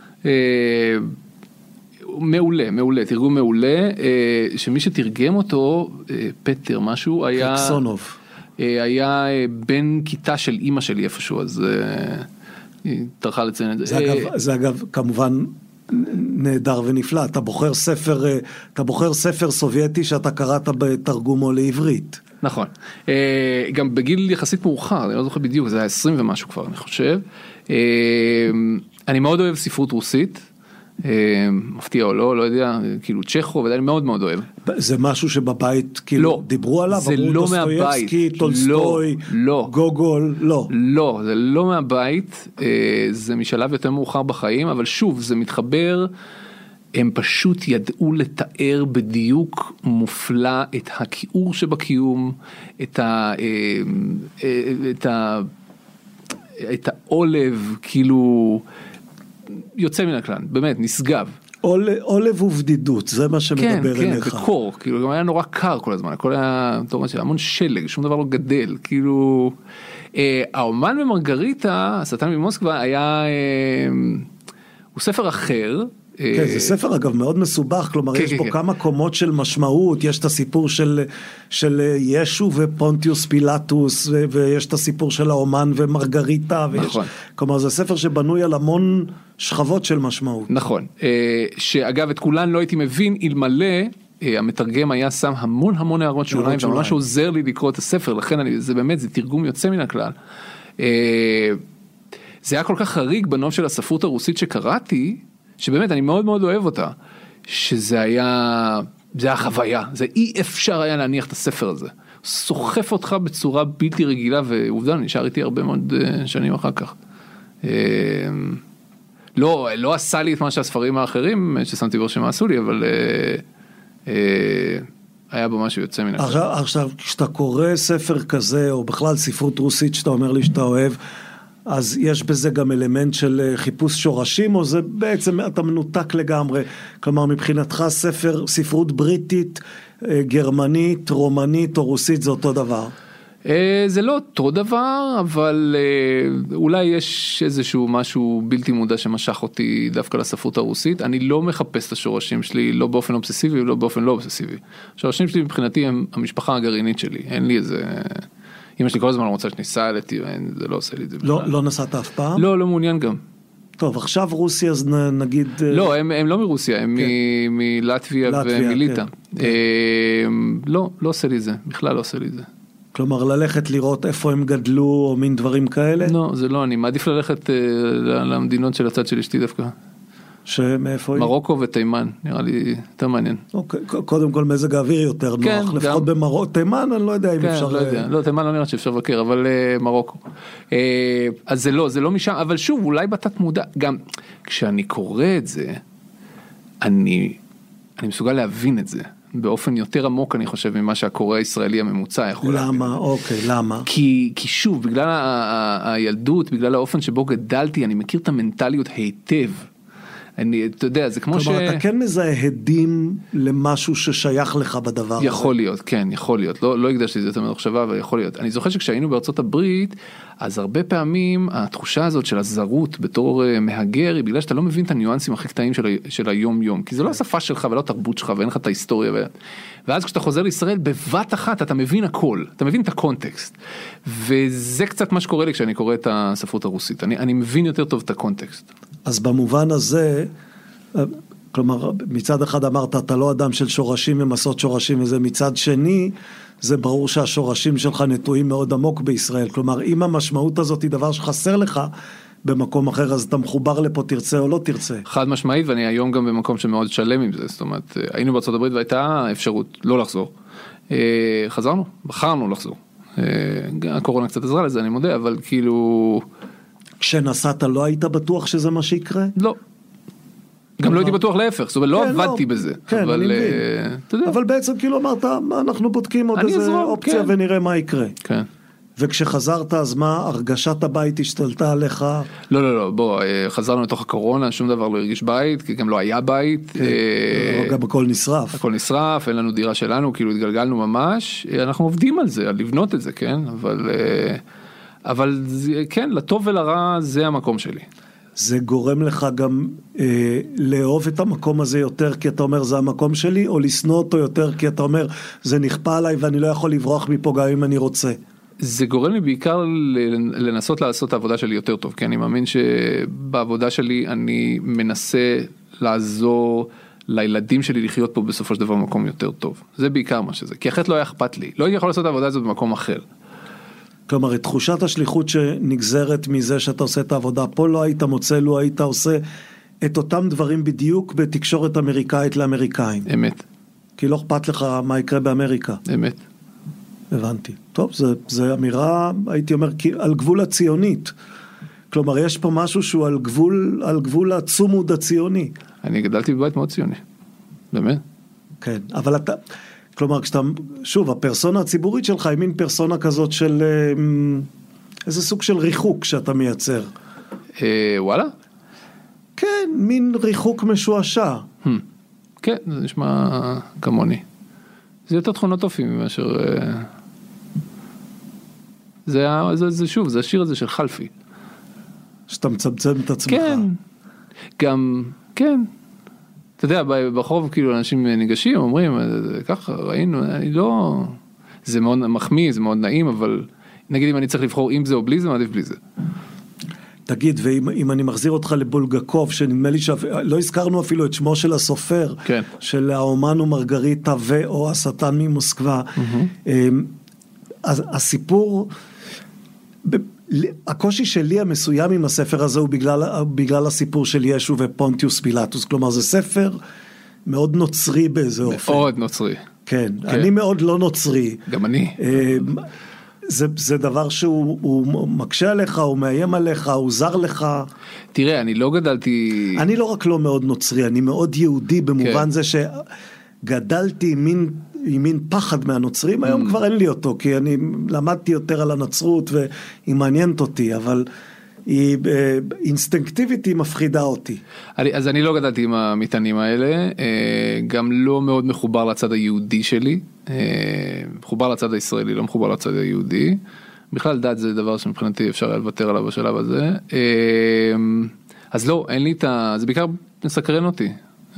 מעולה, מעולה, תרגום מעולה, שמי שתרגם אותו, פטר משהו, היה... קסונוב. היה בן כיתה של אמא שלי איפשהו, אז היא טרחה לציין את זה. זה אגב, זה אגב, כמובן נהדר ונפלא, אתה בוחר ספר, אתה בוחר ספר סובייטי שאתה קראת בתרגומו לעברית. נכון. גם בגיל יחסית מאוחר, אני לא זוכר בדיוק, זה היה עשרים ומשהו כבר, אני חושב. אני מאוד אוהב ספרות רוסית, מפתיע או לא, לא יודע, כאילו צ'כו, ואני מאוד מאוד אוהב. זה משהו שבבית כאילו דיברו עליו? זה לא מהבית. טולסטוי, גוגול, לא. לא, זה לא מהבית, זה משלב יותר מאוחר בחיים, אבל שוב, זה מתחבר, הם פשוט ידעו לתאר בדיוק מופלא את הכיעור שבקיום, את ה... את ה... את העולב, כאילו... יוצא מן הכלל, באמת, נשגב. עולב ובדידות, זה מה שמדבר אליך. כן, כן, בקור, כאילו, גם היה נורא קר כל הזמן, הכל היה, המון שלג, שום דבר לא גדל, כאילו, האומן ומרגריטה, השטן ממוסקבה, היה, הוא ספר אחר, כן, זה ספר אגב מאוד מסובך, כלומר יש בו כמה קומות של משמעות, יש את הסיפור של ישו ופונטיוס פילטוס, ויש את הסיפור של האומן ומרגריטה, כלומר זה ספר שבנוי על המון שכבות של משמעות. נכון, שאגב את כולן לא הייתי מבין, אלמלא המתרגם היה שם המון המון הערות שוליים, וממש עוזר לי לקרוא את הספר, לכן זה באמת, זה תרגום יוצא מן הכלל. זה היה כל כך חריג בנוף של הספרות הרוסית שקראתי, שבאמת אני מאוד מאוד אוהב אותה, שזה היה, זה היה חוויה, זה אי אפשר היה להניח את הספר הזה, סוחף אותך בצורה בלתי רגילה, ועובדה, נשאר איתי הרבה מאוד שנים אחר כך. לא, לא עשה לי את מה שהספרים האחרים, ששמתי בו שמה עשו לי, אבל היה בו משהו יוצא מן הכלל. עכשיו, עכשיו, כשאתה קורא ספר כזה, או בכלל ספרות רוסית שאתה אומר לי שאתה אוהב, אז יש בזה גם אלמנט של חיפוש שורשים, או זה בעצם אתה מנותק לגמרי, כלומר מבחינתך ספר, ספרות בריטית, גרמנית, רומנית או רוסית זה אותו דבר? זה לא אותו דבר, אבל אולי יש איזשהו משהו בלתי מודע שמשך אותי דווקא לספרות הרוסית, אני לא מחפש את השורשים שלי, לא באופן אובססיבי ולא באופן לא אובססיבי. השורשים שלי מבחינתי הם המשפחה הגרעינית שלי, אין לי איזה... אמא שלי כל הזמן רוצה שניסה אליתי, זה לא עושה לי את זה בכלל. לא, לא נסעת אף פעם? לא, לא מעוניין גם. טוב, עכשיו רוסיה, אז נגיד... לא, הם, הם לא מרוסיה, הם מלטביה ומליטה. לא, לא עושה לי זה, בכלל לא עושה לי זה. כלומר, ללכת לראות איפה הם גדלו, או מין דברים כאלה? לא, זה לא, אני מעדיף ללכת למדינות של הצד של אשתי דווקא. שמאיפה היא? מרוקו ותימן, נראה לי יותר מעניין. אוקיי, קודם כל מזג האוויר יותר נוח, לפחות במרוקו, תימן אני לא יודע אם אפשר... כן, לא יודע, לא, תימן לא נראה שאפשר לבקר, אבל מרוקו. אז זה לא, זה לא משם, אבל שוב, אולי בתת מודע, גם כשאני קורא את זה, אני, אני מסוגל להבין את זה, באופן יותר עמוק אני חושב ממה שהקורא הישראלי הממוצע יכול להבין. למה? אוקיי, למה? כי, כי שוב, בגלל הילדות, בגלל האופן שבו גדלתי, אני מכיר את המנטליות היטב. אני, אתה יודע, זה כמו ש... כלומר, אתה כן מזהה הדים למשהו ששייך לך בדבר הזה. יכול להיות, כן, יכול להיות. לא, לא הקדשתי את זה יותר ממחשבה, אבל יכול להיות. אני זוכר שכשהיינו בארצות הברית, אז הרבה פעמים התחושה הזאת של הזרות בתור מהגר, היא בגלל שאתה לא מבין את הניואנסים הכי קטעים של, של היום-יום, כי זה לא השפה שלך ולא התרבות שלך, ואין לך את ההיסטוריה. ו... ואז כשאתה חוזר לישראל, בבת אחת אתה מבין הכל, אתה מבין את הקונטקסט. וזה קצת מה שקורה לי כשאני קורא את הספרות הרוסית. אני, אני מבין יותר טוב את הקונטקסט. אז במובן הזה, כלומר, מצד אחד אמרת, אתה לא אדם של שורשים ומסות שורשים, וזה מצד שני, זה ברור שהשורשים שלך נטועים מאוד עמוק בישראל. כלומר, אם המשמעות הזאת היא דבר שחסר לך במקום אחר, אז אתה מחובר לפה, תרצה או לא תרצה. חד משמעית, ואני היום גם במקום שמאוד שלם עם זה. זאת אומרת, היינו בארצות הברית והייתה אפשרות לא לחזור. חזרנו, בחרנו לחזור. הקורונה קצת עזרה לזה, אני מודה, אבל כאילו... כשנסעת לא היית בטוח שזה מה שיקרה? לא. גם לא הייתי בטוח להפך, זאת אומרת, לא עבדתי בזה. כן, אני מבין. אבל בעצם כאילו אמרת, אנחנו בודקים עוד איזה אופציה ונראה מה יקרה. כן. וכשחזרת, אז מה, הרגשת הבית השתלטה עליך? לא, לא, לא, בוא, חזרנו לתוך הקורונה, שום דבר לא הרגיש בית, כי גם לא היה בית. גם הכל נשרף. הכל נשרף, אין לנו דירה שלנו, כאילו התגלגלנו ממש, אנחנו עובדים על זה, על לבנות את זה, כן? אבל, אבל כן, לטוב ולרע, זה המקום שלי. זה גורם לך גם אה, לאהוב את המקום הזה יותר כי אתה אומר זה המקום שלי, או לשנוא אותו יותר כי אתה אומר זה נכפה עליי ואני לא יכול לברוח מפה גם אם אני רוצה? זה גורם לי בעיקר לנסות לעשות את העבודה שלי יותר טוב, כי אני מאמין שבעבודה שלי אני מנסה לעזור לילדים שלי לחיות פה בסופו של דבר במקום יותר טוב. זה בעיקר מה שזה, כי אחרת לא היה אכפת לי. לא הייתי יכול לעשות את העבודה הזאת במקום אחר. כלומר, את תחושת השליחות שנגזרת מזה שאתה עושה את העבודה, פה לא היית מוצא, לא היית עושה את אותם דברים בדיוק בתקשורת אמריקאית לאמריקאים. אמת. כי לא אכפת לך מה יקרה באמריקה. אמת. הבנתי. טוב, זה, זה אמירה, הייתי אומר, על גבול הציונית. כלומר, יש פה משהו שהוא על גבול, על גבול הצומוד הציוני. אני גדלתי בבית מאוד ציוני. באמת? כן, אבל אתה... כלומר, כשאתה, שוב, הפרסונה הציבורית שלך היא מין פרסונה כזאת של, איזה סוג של ריחוק שאתה מייצר. אה, וואלה? כן, מין ריחוק משועשע. Hmm. כן, זה נשמע כמוני. זה יותר תכונות טובים מאשר... זה, זה, זה שוב, זה השיר הזה של חלפי. שאתה מצמצם את עצמך. כן, גם, כן. אתה יודע, ברחוב כאילו אנשים ניגשים, אומרים, ככה ראינו, אני לא... זה מאוד מחמיא, זה מאוד נעים, אבל נגיד אם אני צריך לבחור עם זה או בלי זה, מעדיף בלי זה. תגיד, ואם אני מחזיר אותך לבולגקוב, שנדמה לי שלא הזכרנו אפילו את שמו של הסופר, כן. של האומן ומרגריטה ואו השטן ממוסקבה, mm-hmm. אז הסיפור... הקושי שלי המסוים עם הספר הזה הוא בגלל, בגלל הסיפור של ישו ופונטיוס פילטוס, כלומר זה ספר מאוד נוצרי באיזה אופן. מאוד נוצרי. כן, כן, אני מאוד לא נוצרי. גם אני. זה, זה דבר שהוא הוא מקשה עליך, הוא מאיים עליך, הוא זר לך. תראה, אני לא גדלתי... אני לא רק לא מאוד נוצרי, אני מאוד יהודי במובן כן. זה שגדלתי עם מין... עם מין פחד מהנוצרים, היום כבר אין לי אותו, כי אני למדתי יותר על הנצרות, והיא מעניינת אותי, אבל היא אינסטינקטיבית, היא מפחידה אותי. אז אני לא גדלתי עם המטענים האלה, גם לא מאוד מחובר לצד היהודי שלי, מחובר לצד הישראלי, לא מחובר לצד היהודי, בכלל דת זה דבר שמבחינתי אפשר לוותר עליו בשלב הזה, אז לא, אין לי את ה... זה בעיקר מסקרן אותי,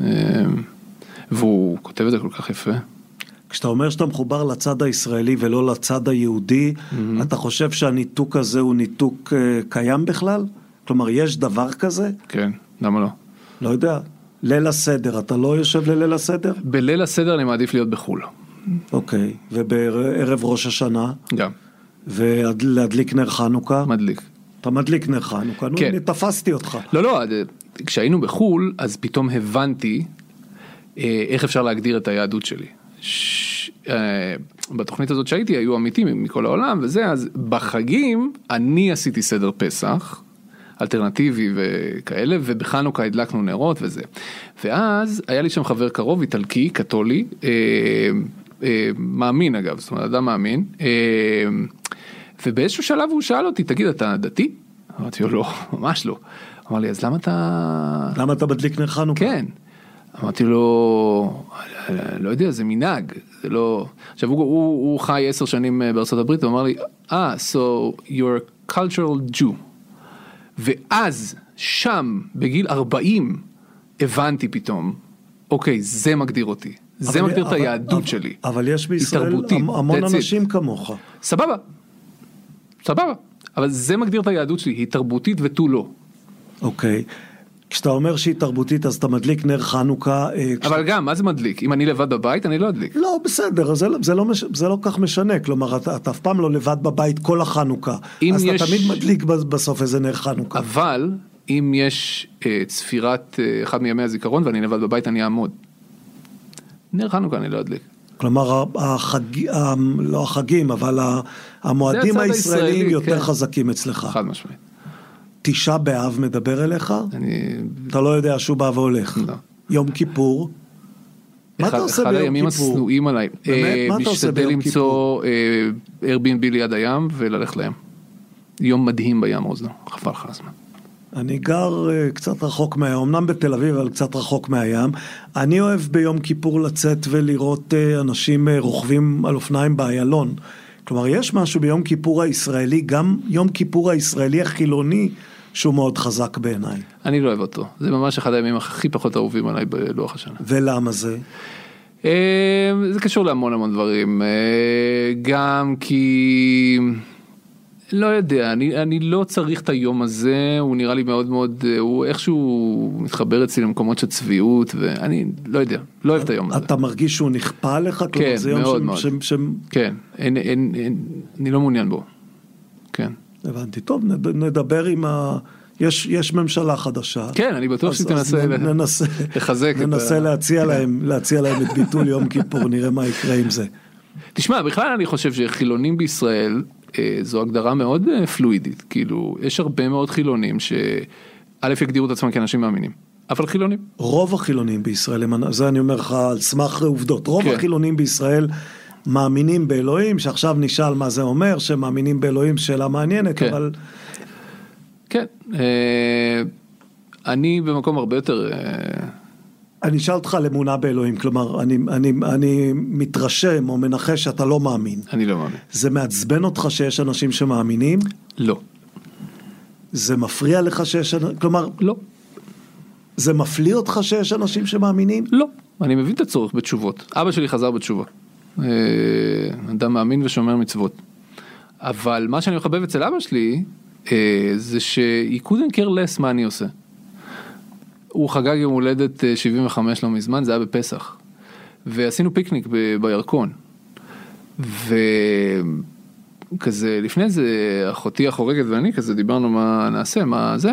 והוא כותב את זה כל כך יפה. כשאתה אומר שאתה מחובר לצד הישראלי ולא לצד היהודי, mm-hmm. אתה חושב שהניתוק הזה הוא ניתוק uh, קיים בכלל? כלומר, יש דבר כזה? כן, למה לא? לא יודע. ליל הסדר, אתה לא יושב לליל הסדר? בליל הסדר אני מעדיף להיות בחול. אוקיי, ובערב ראש השנה? גם. ולהדליק נר חנוכה? מדליק. אתה מדליק נר חנוכה? כן. נו, אני תפסתי אותך. לא, לא, כשהיינו בחול, אז פתאום הבנתי אה, איך אפשר להגדיר את היהדות שלי. ש... בתוכנית הזאת שהייתי היו אמיתים מכל העולם וזה, אז בחגים אני עשיתי סדר פסח אלטרנטיבי וכאלה, ובחנוכה הדלקנו נרות וזה, ואז היה לי שם חבר קרוב איטלקי קתולי אה, אה, מאמין אגב, זאת אומרת אדם מאמין, אה, ובאיזשהו שלב הוא שאל אותי, תגיד אתה דתי? אמרתי לו לא, ממש לא. אמר לי אז למה אתה למה אתה מדליק נר חנוכה? כן. אמרתי לו, לא יודע, זה מנהג, זה לא... עכשיו, הוא, הוא, הוא חי עשר שנים בארצות הברית, הוא אמר לי, אה, ah, so you're a cultural Jew. ואז, שם, בגיל ארבעים, הבנתי פתאום, אוקיי, זה מגדיר אותי. זה מגדיר את היהדות שלי. אבל יש בישראל המון אנשים כמוך. סבבה. סבבה. אבל זה מגדיר את היהדות שלי, היא תרבותית ותו לא. אוקיי. כשאתה אומר שהיא תרבותית, אז אתה מדליק נר חנוכה. אבל גם, מה זה מדליק? אם אני לבד בבית, אני לא אדליק. לא, בסדר, זה, זה, לא, זה לא כך משנה. כלומר, אתה, אתה אף פעם לא לבד בבית כל החנוכה. אז יש... אתה תמיד מדליק בסוף איזה נר חנוכה. אבל, אם יש אה, צפירת אה, אחד מימי הזיכרון, ואני לבד בבית, אני אעמוד. נר חנוכה אני לא אדליק. כלומר, החג, לא החגים, אבל המועדים הישראלים יותר כן. חזקים אצלך. חד משמעית. תשעה באב מדבר אליך? אני... אתה לא יודע שהוא בא והולך. לא. יום כיפור? מה אתה עושה ביום כיפור? אחד הימים הסנועים עליי. באמת? מה אתה עושה ביום כיפור? משתדל למצוא Airbnb ליד הים וללכת לים. יום מדהים בים, אוזנו. חבל לך הזמן. אני גר קצת רחוק מהים, אמנם בתל אביב, אבל קצת רחוק מהים. אני אוהב ביום כיפור לצאת ולראות אנשים רוכבים על אופניים באיילון. כלומר, יש משהו ביום כיפור הישראלי, גם יום כיפור הישראלי החילוני, שהוא מאוד חזק בעיניי. אני לא אוהב אותו. זה ממש אחד הימים הכי פחות אהובים עליי בלוח השנה. ולמה זה? זה קשור להמון המון דברים. גם כי... לא יודע, אני, אני לא צריך את היום הזה, הוא נראה לי מאוד מאוד, הוא איכשהו מתחבר אצלי למקומות של צביעות, ואני לא יודע, לא אוהב את היום הזה. אתה מרגיש שהוא נכפה עליך? כן, מאוד מאוד. כן, אין, אין, אין, אני לא מעוניין בו. כן. הבנתי, טוב, נדבר עם ה... יש, יש ממשלה חדשה. כן, אני בטוח שתנסה ננסה, לחזק את ה... ננסה להציע להם, להציע להם את ביטול יום כיפור, נראה מה יקרה עם זה. תשמע, בכלל אני חושב שחילונים בישראל, זו הגדרה מאוד פלואידית, כאילו, יש הרבה מאוד חילונים שא' יגדירו את עצמם כאנשים מאמינים, אבל חילונים. רוב החילונים בישראל, זה אני אומר לך על סמך עובדות, רוב כן. החילונים בישראל מאמינים באלוהים, שעכשיו נשאל מה זה אומר, שמאמינים באלוהים, שאלה מעניינת, כן. אבל... כן, אני במקום הרבה יותר... אני אשאל אותך על אמונה באלוהים, כלומר, אני, אני, אני מתרשם או מנחש שאתה לא מאמין. אני לא מאמין. זה מעצבן אותך שיש אנשים שמאמינים? לא. זה מפריע לך שיש, כלומר... לא. זה מפליא אותך שיש אנשים שמאמינים? לא. אני מבין את הצורך בתשובות. אבא שלי חזר בתשובה. אדם מאמין ושומר מצוות. אבל מה שאני מחבב אצל אבא שלי, זה ש- he couldn't care less מה אני עושה. הוא חגג יום הולדת שבעים וחמש לא מזמן, זה היה בפסח. ועשינו פיקניק ב- בירקון. וכזה, לפני זה, אחותי החורגת ואני, כזה דיברנו מה נעשה, מה זה.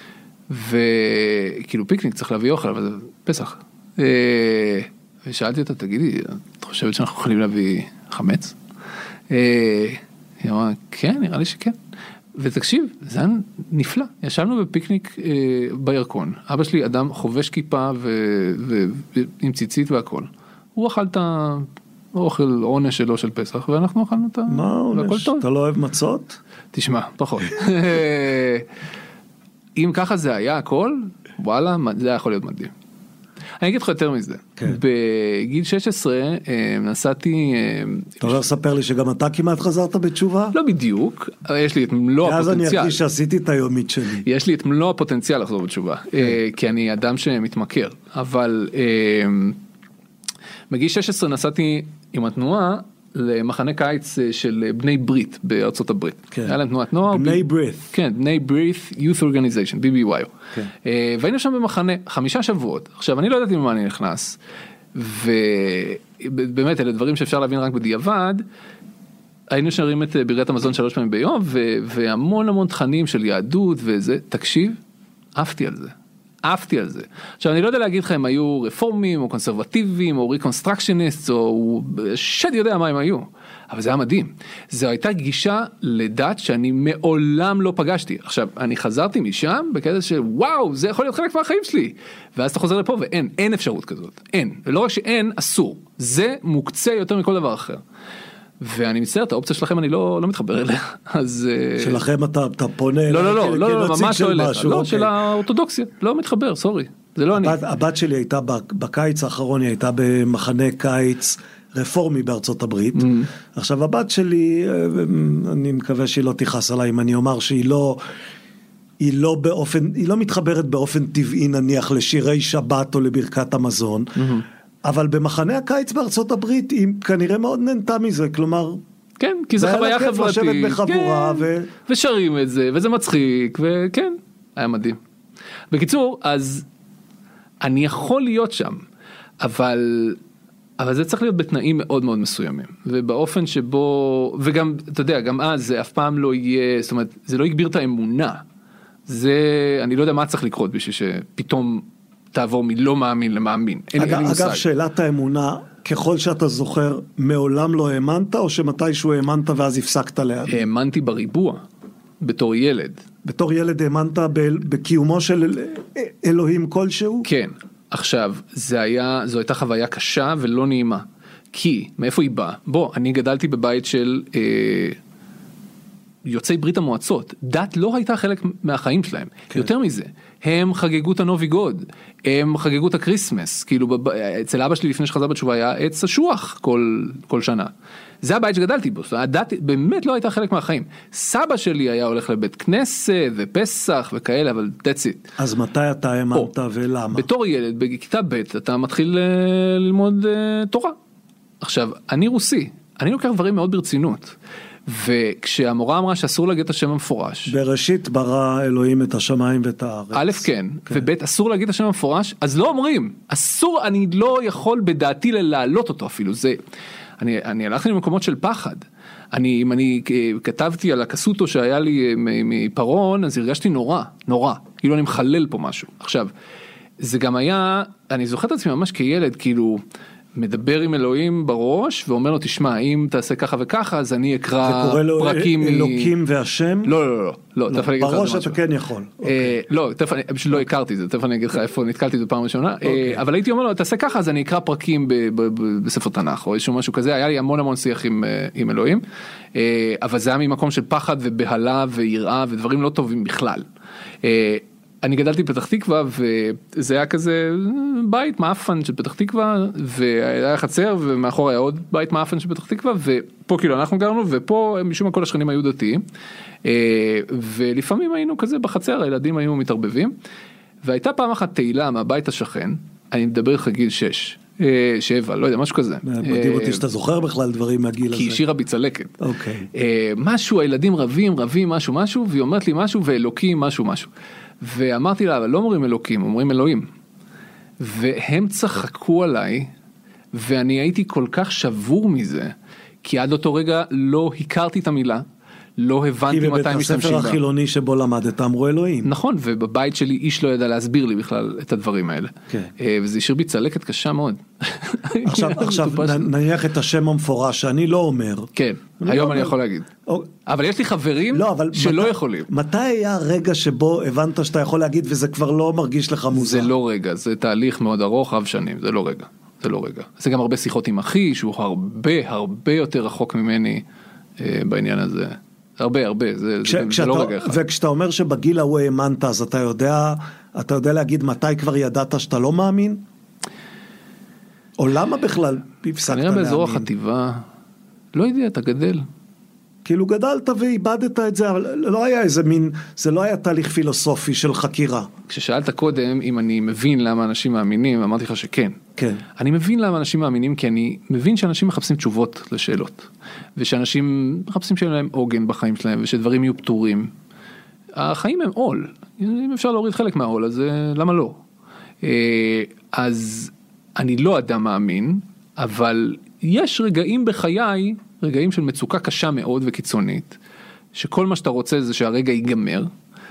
וכאילו פיקניק צריך להביא אוכל, אבל זה פסח. ושאלתי אותה, תגידי, את חושבת שאנחנו יכולים להביא חמץ? היא אמרה, כן, נראה לי שכן. ותקשיב, זה היה נפלא. ישבנו בפיקניק אה, בירקון. אבא שלי אדם חובש כיפה ועם ציצית והכל. הוא אכל את האוכל עונש שלו של פסח, ואנחנו אכלנו את ה... מה עונש? אתה לא אוהב מצות? תשמע, פחות. אם ככה זה היה הכל, וואלה, זה היה יכול להיות מדהים. אני אגיד לך יותר מזה. כן. בגיל שש עשרה נסעתי... אתה לא לספר לי שגם אתה כמעט חזרת בתשובה? לא בדיוק, יש לי את מלוא הפוטנציאל. אז אני ארגיש שעשיתי את היומית שלי. יש לי את מלוא הפוטנציאל לחזור בתשובה, כן. כי אני אדם שמתמכר, אבל בגיל שש עשרה נסעתי עם התנועה למחנה קיץ של בני ברית בארצות הברית. כן. היה להם תנועת נוער. בני ברית. כן, בני ברית Youth Organization, בי בי וואי. כן. והיינו שם במחנה חמישה שבועות. עכשיו, אני לא ידעתי ממה אני נכנס, ובאמת, אלה דברים שאפשר להבין רק בדיעבד, היינו שרים את בריאת המזון שלוש פעמים ביום, והמון המון תכנים של יהדות וזה, תקשיב, עפתי על זה. אהבתי על זה. עכשיו, אני לא יודע להגיד לך אם היו רפורמים, או קונסרבטיביים, או ריקונסטרקשניסט, או שד יודע מה הם היו. אבל זה היה מדהים. זו הייתה גישה לדת שאני מעולם לא פגשתי. עכשיו, אני חזרתי משם, בקטע של, וואו, זה יכול להיות חלק מהחיים שלי. ואז אתה חוזר לפה, ואין, אין אפשרות כזאת. אין. ולא רק שאין, אסור. זה מוקצה יותר מכל דבר אחר. ואני מצטער, את האופציה שלכם אני לא, לא מתחבר אליה, אז... שלכם אתה, אתה פונה... לא, לא, לא, לא, לא, ממש לא אליך, לא, של האורתודוקסיה, לא מתחבר, סורי, זה לא אני. הבת שלי הייתה, בקיץ האחרון, היא הייתה במחנה קיץ רפורמי בארצות הברית, עכשיו הבת שלי, אני מקווה שהיא לא תיחס עליי, אם אני אומר שהיא לא... היא לא באופן, היא לא מתחברת באופן טבעי, נניח, לשירי שבת או לברכת המזון, אבל במחנה הקיץ בארצות הברית היא כנראה מאוד נהנתה מזה, כלומר... כן, כי זה חוויה חברתית. לשבת בחבורה כן, ו... ושרים את זה, וזה מצחיק, וכן, היה מדהים. בקיצור, אז אני יכול להיות שם, אבל, אבל זה צריך להיות בתנאים מאוד מאוד מסוימים, ובאופן שבו, וגם, אתה יודע, גם אז זה אף פעם לא יהיה, זאת אומרת, זה לא יגביר את האמונה, זה, אני לא יודע מה צריך לקרות בשביל שפתאום... תעבור מלא מאמין למאמין. אגב, אגב שאלת האמונה, ככל שאתה זוכר, מעולם לא האמנת, או שמתישהו האמנת ואז הפסקת להאמין? האמנתי בריבוע, בתור ילד. בתור ילד האמנת בקיומו של אלוהים כלשהו? כן. עכשיו, זה היה, זו הייתה חוויה קשה ולא נעימה. כי, מאיפה היא באה? בוא, אני גדלתי בבית של אה, יוצאי ברית המועצות. דת לא הייתה חלק מהחיים שלהם. כן. יותר מזה, הם חגגו את הנובי גוד, הם חגגו את הקריסמס. כאילו, בב... אצל אבא שלי לפני שחזר בתשובה היה עץ אשוח כל, כל שנה. זה הבית שגדלתי בו. הדת באמת לא הייתה חלק מהחיים. סבא שלי היה הולך לבית כנסת ופסח וכאלה, אבל that's it. אז מתי אתה האמנת ולמה? בתור ילד, בכיתה ב' אתה מתחיל ללמוד uh, תורה. עכשיו, אני רוסי, אני לוקח דברים מאוד ברצינות, וכשהמורה אמרה שאסור להגיד את השם המפורש. בראשית ברא אלוהים את השמיים ואת הארץ. א' כן, כן. וב' אסור להגיד את השם המפורש, אז לא אומרים, אסור, אני לא יכול בדעתי להעלות אותו אפילו, זה, אני, אני הלכתי למקומות של פחד, אני, אם אני כתבתי על הקסוטו שהיה לי מפרון, אז הרגשתי נורא, נורא, כאילו אני מחלל פה משהו. עכשיו, זה גם היה, אני זוכר את עצמי ממש כילד, כאילו, מדבר עם אלוהים בראש, ואומר לו, תשמע, אם תעשה ככה וככה, אז אני אקרא פרקים... זה קורא לו אלוקים והשם? לא, לא, לא. לא, לא בראש אתה כן יכול. לא, פשוט לא הכרתי זה, תכף אני אגיד לך איפה נתקלתי את זה פעם ראשונה, אבל הייתי אומר לו, תעשה ככה, אז אני אקרא פרקים בספר תנ"ך, או איזשהו משהו כזה, היה לי המון המון שיח עם אלוהים, אבל זה היה ממקום של פחד ובהלה ויראה, ודברים לא טובים בכלל. אני גדלתי בפתח תקווה, וזה היה כזה בית מאפן של פתח תקווה, והיה חצר, ומאחור היה עוד בית מאפן של פתח תקווה, ופה כאילו אנחנו גרנו, ופה משום מה כל השכנים היו דתיים, ולפעמים היינו כזה בחצר, הילדים היו מתערבבים, והייתה פעם אחת תהילה מהבית השכן, אני מדבר לך גיל שש, שבע, לא יודע, משהו כזה. מדהים אותי שאתה זוכר בכלל דברים מהגיל הזה. כי היא שירה בי צלקת. אוקיי. משהו, הילדים רבים, רבים, משהו, משהו, והיא אומרת לי משהו, ואלוקים, משהו, משהו. ואמרתי לה, אבל לא אומרים אלוקים, אומרים אלוהים. והם צחקו עליי, ואני הייתי כל כך שבור מזה, כי עד אותו רגע לא הכרתי את המילה, לא הבנתי מתי משתמשים בה. כי בבית הספר החילוני שבו למדת, אמרו אלוהים. נכון, ובבית שלי איש לא ידע להסביר לי בכלל את הדברים האלה. כן. וזה השאיר בי צלקת קשה מאוד. עכשיו, עכשיו נניח את השם המפורש שאני לא אומר. כן, היום אני יכול להגיד. אבל יש לי חברים שלא יכולים. מתי היה הרגע שבו הבנת שאתה יכול להגיד וזה כבר לא מרגיש לך מוזר? זה לא רגע, זה תהליך מאוד ארוך, רב שנים, זה לא רגע. זה לא רגע. זה גם הרבה שיחות עם אחי, שהוא הרבה, הרבה יותר רחוק ממני בעניין הזה. הרבה, הרבה, זה, כש, זה לא רגע אחד. וכשאתה אומר שבגיל ההוא האמנת, אז אתה יודע, אתה יודע להגיד מתי כבר ידעת שאתה לא מאמין? או למה בכלל הפסקת להאמין? כנראה באזור החטיבה, לא יודע, אתה גדל. כאילו גדלת ואיבדת את זה, אבל לא היה איזה מין, זה לא היה תהליך פילוסופי של חקירה. כששאלת קודם אם אני מבין למה אנשים מאמינים, אמרתי לך שכן. כן. אני מבין למה אנשים מאמינים, כי אני מבין שאנשים מחפשים תשובות לשאלות, ושאנשים מחפשים שיהיה להם עוגן בחיים שלהם, ושדברים יהיו פתורים. החיים הם עול. אם אפשר להוריד חלק מהעול, אז למה לא? אז אני לא אדם מאמין, אבל יש רגעים בחיי, רגעים של מצוקה קשה מאוד וקיצונית, שכל מה שאתה רוצה זה שהרגע ייגמר,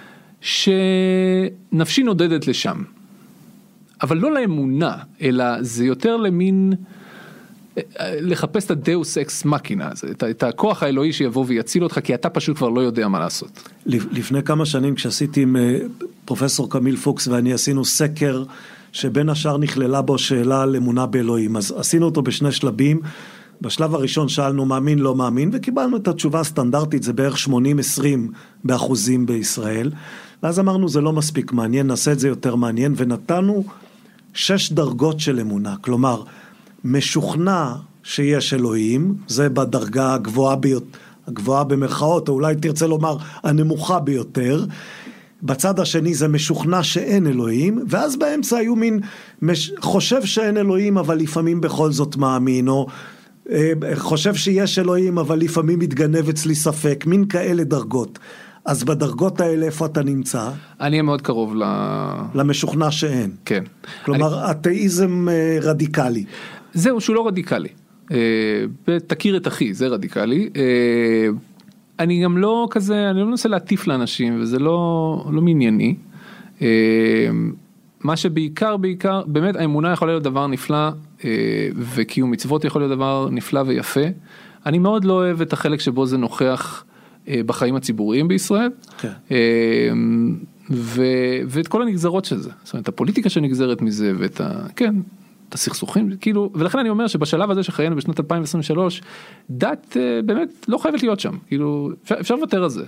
שנפשי נודדת לשם. אבל לא לאמונה, אלא זה יותר למין, לחפש את הדאוס אקס מקינה, את, את הכוח האלוהי שיבוא ויציל אותך, כי אתה פשוט כבר לא יודע מה לעשות. לפני כמה שנים כשעשיתי עם פרופסור קמיל פוקס ואני עשינו סקר, שבין השאר נכללה בו שאלה על אמונה באלוהים, אז עשינו אותו בשני שלבים, בשלב הראשון שאלנו מאמין לא מאמין, וקיבלנו את התשובה הסטנדרטית, זה בערך שמונים עשרים באחוזים בישראל, ואז אמרנו זה לא מספיק מעניין, נעשה את זה יותר מעניין, ונתנו שש דרגות של אמונה, כלומר, משוכנע שיש אלוהים, זה בדרגה הגבוהה ביותר, הגבוהה במרכאות, או אולי תרצה לומר הנמוכה ביותר, בצד השני זה משוכנע שאין אלוהים, ואז באמצע היו מין, מש... חושב שאין אלוהים, אבל לפעמים בכל זאת מאמין, או אה, חושב שיש אלוהים, אבל לפעמים מתגנב אצלי ספק, מין כאלה דרגות. אז בדרגות האלה איפה אתה נמצא? אני אהיה מאוד קרוב ל... למשוכנע שאין. כן. כלומר, אני... אתאיזם אה, רדיקלי. זהו, שהוא לא רדיקלי. אה, תכיר את אחי, זה רדיקלי. אה, אני גם לא כזה, אני לא מנסה להטיף לאנשים, וזה לא, לא מענייני. מה שבעיקר, בעיקר, באמת האמונה יכולה להיות דבר נפלא, וקיום מצוות יכול להיות דבר נפלא ויפה. אני מאוד לא אוהב את החלק שבו זה נוכח בחיים הציבוריים בישראל, כן. ו, ואת כל הנגזרות של זה. זאת אומרת, הפוליטיקה שנגזרת מזה, ואת ה... כן. את הסכסוכים, כאילו, ולכן אני אומר שבשלב הזה שחיינו בשנת אלפיים עשרים ושלוש, דת באמת לא חייבת להיות שם, כאילו, אפשר, אפשר לוותר על זה.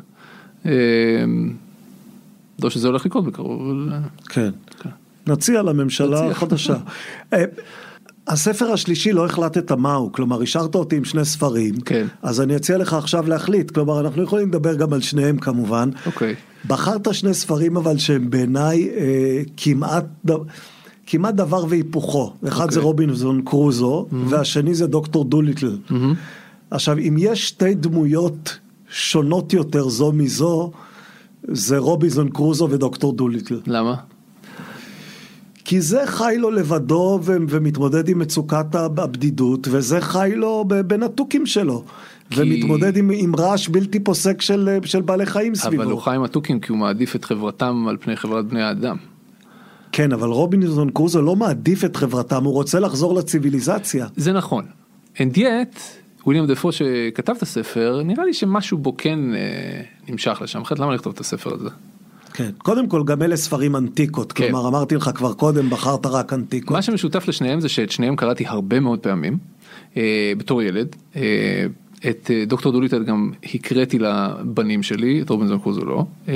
לא שזה הולך לקרות בקרוב. כן. נציע לממשלה החדשה. הספר השלישי לא החלטת מהו, כלומר, השארת אותי עם שני ספרים, אז אני אציע לך עכשיו להחליט, כלומר, אנחנו יכולים לדבר גם על שניהם כמובן. אוקיי. בחרת שני ספרים, אבל שהם בעיניי כמעט... כמעט דבר והיפוכו. אחד okay. זה רובינזון קרוזו, mm-hmm. והשני זה דוקטור דוליטל. Mm-hmm. עכשיו, אם יש שתי דמויות שונות יותר זו מזו, זה רובינזון קרוזו ודוקטור דוליטל. למה? כי זה חי לו לבדו ו- ומתמודד עם מצוקת הבדידות, וזה חי לו בין התוכים שלו. כי... ומתמודד עם, עם רעש בלתי פוסק של, של בעלי חיים סביבו. אבל הוא חי עם התוכים כי הוא מעדיף את חברתם על פני חברת בני האדם. כן, אבל רובינזון קרוזו לא מעדיף את חברתם, הוא רוצה לחזור לציביליזציה. זה נכון. And yet, וויליאם דפו שכתב את הספר, נראה לי שמשהו בו כן אה, נמשך לשם. אחרת, למה לכתוב את הספר הזה? כן, קודם כל גם אלה ספרים אנטיקות, כן. כלומר אמרתי לך כבר קודם, בחרת רק אנטיקות. מה שמשותף לשניהם זה שאת שניהם קראתי הרבה מאוד פעמים, אה, בתור ילד. אה, את אה, דוקטור דוליטל גם הקראתי לבנים שלי, את רובינזון קרוזו לא. אה,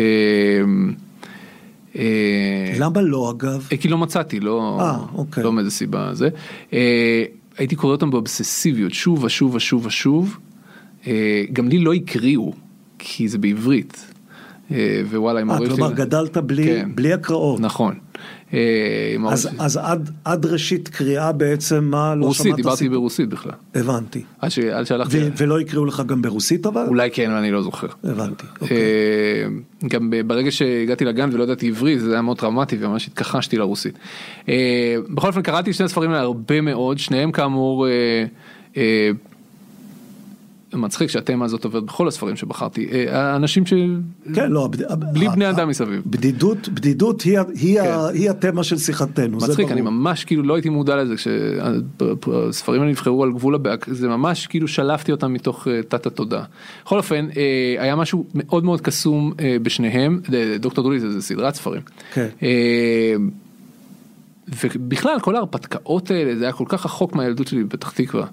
למה לא אגב? כי לא מצאתי, לא, אוקיי. לא מאיזה סיבה זה. הייתי קורא אותם באובססיביות, שוב ושוב ושוב ושוב. גם לי לא הקריאו, כי זה בעברית. ווואלה, עם הורים שלי... כלומר, גדלת בלי הקראות. נכון. אז עד ראשית קריאה בעצם מה לא רוסית, דיברתי ברוסית בכלל. הבנתי. עד שהלכתי... ולא יקראו לך גם ברוסית אבל? אולי כן, אני לא זוכר. הבנתי. גם ברגע שהגעתי לגן ולא ידעתי עברית, זה היה מאוד טראומטי וממש התכחשתי לרוסית. בכל אופן קראתי שני ספרים הרבה מאוד, שניהם כאמור... מצחיק שהתמה הזאת עוברת בכל הספרים שבחרתי, האנשים ש... כן, לא, בלי בני אדם מסביב. בדידות, בדידות היא התמה של שיחתנו. מצחיק, אני ממש כאילו לא הייתי מודע לזה, כשהספרים האלה נבחרו על גבול הבאק, זה ממש כאילו שלפתי אותם מתוך תת התודעה. בכל אופן, היה משהו מאוד מאוד קסום בשניהם, דוקטור דוליטל זה סדרת ספרים. כן. ובכלל, כל ההרפתקאות האלה, זה היה כל כך רחוק מהילדות שלי בפתח תקווה.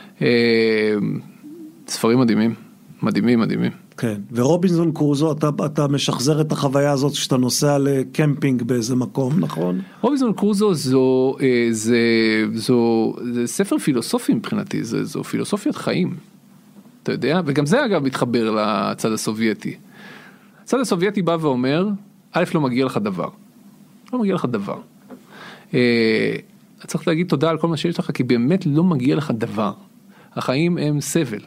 ספרים מדהימים, מדהימים, מדהימים. כן, ורובינזון קרוזו, אתה, אתה משחזר את החוויה הזאת שאתה נוסע לקמפינג באיזה מקום, נכון? רובינזון קרוזו זו, זה, זו, זה ספר פילוסופי מבחינתי, זה, זו פילוסופיית חיים, אתה יודע? וגם זה אגב מתחבר לצד הסובייטי. הצד הסובייטי בא ואומר, א' לא מגיע לך דבר, לא מגיע לך דבר. אתה צריך להגיד תודה על כל מה שיש לך, כי באמת לא מגיע לך דבר. החיים הם סבל.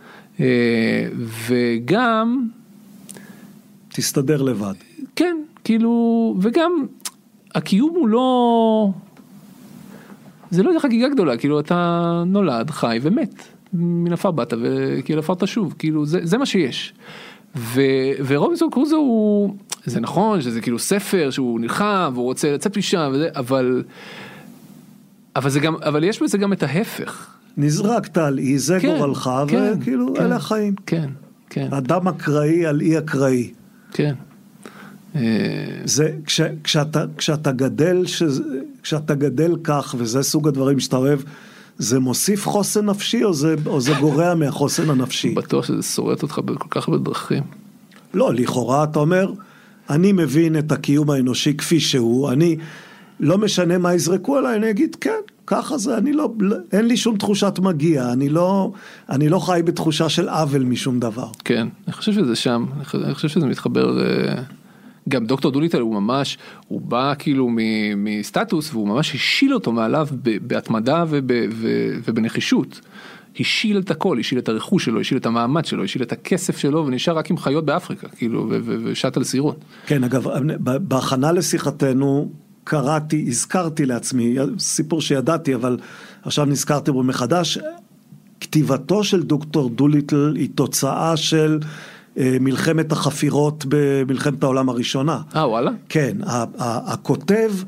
וגם תסתדר לבד. כן, כאילו, וגם הקיום הוא לא, זה לא איזה חגיגה גדולה, כאילו אתה נולד, חי ומת, מן עפר באת וכאילו עפר תשוב, כאילו זה, זה מה שיש. ו, ורובינזון קרוזו הוא, זה נכון שזה כאילו ספר שהוא נלחם והוא רוצה לצאת משם וזה, אבל, אבל זה גם, אבל יש בזה גם את ההפך. נזרקת על אי, זה כן, גורלך, כן, וכאילו כן, אלה החיים. כן, כן. אדם אקראי על אי אקראי. כן. זה, כש, כשאתה, כשאתה גדל, שזה, כשאתה גדל כך, וזה סוג הדברים שאתה אוהב, זה מוסיף חוסן נפשי, או זה, או זה גורע מהחוסן הנפשי? בטוח שזה שורט אותך בכל כך הרבה דרכים. לא, לכאורה אתה אומר, אני מבין את הקיום האנושי כפי שהוא, אני לא משנה מה יזרקו עליי, אני אגיד, כן, ככה זה, אני לא, אין לי שום תחושת מגיע, אני לא, אני לא חי בתחושה של עוול משום דבר. כן, אני חושב שזה שם, אני חושב שזה מתחבר, גם דוקטור דוליטל הוא ממש, הוא בא כאילו מסטטוס, והוא ממש השיל אותו מעליו בהתמדה ובנחישות. השיל את הכל, השיל את הרכוש שלו, השיל את המעמד שלו, השיל את הכסף שלו, ונשאר רק עם חיות באפריקה, כאילו, ושט על סירות. כן, אגב, בהכנה לשיחתנו, קראתי, הזכרתי לעצמי, סיפור שידעתי, אבל עכשיו נזכרתי בו מחדש, כתיבתו של דוקטור דוליטל היא תוצאה של אה, מלחמת החפירות במלחמת העולם הראשונה. אה, וואלה? כן, הכותב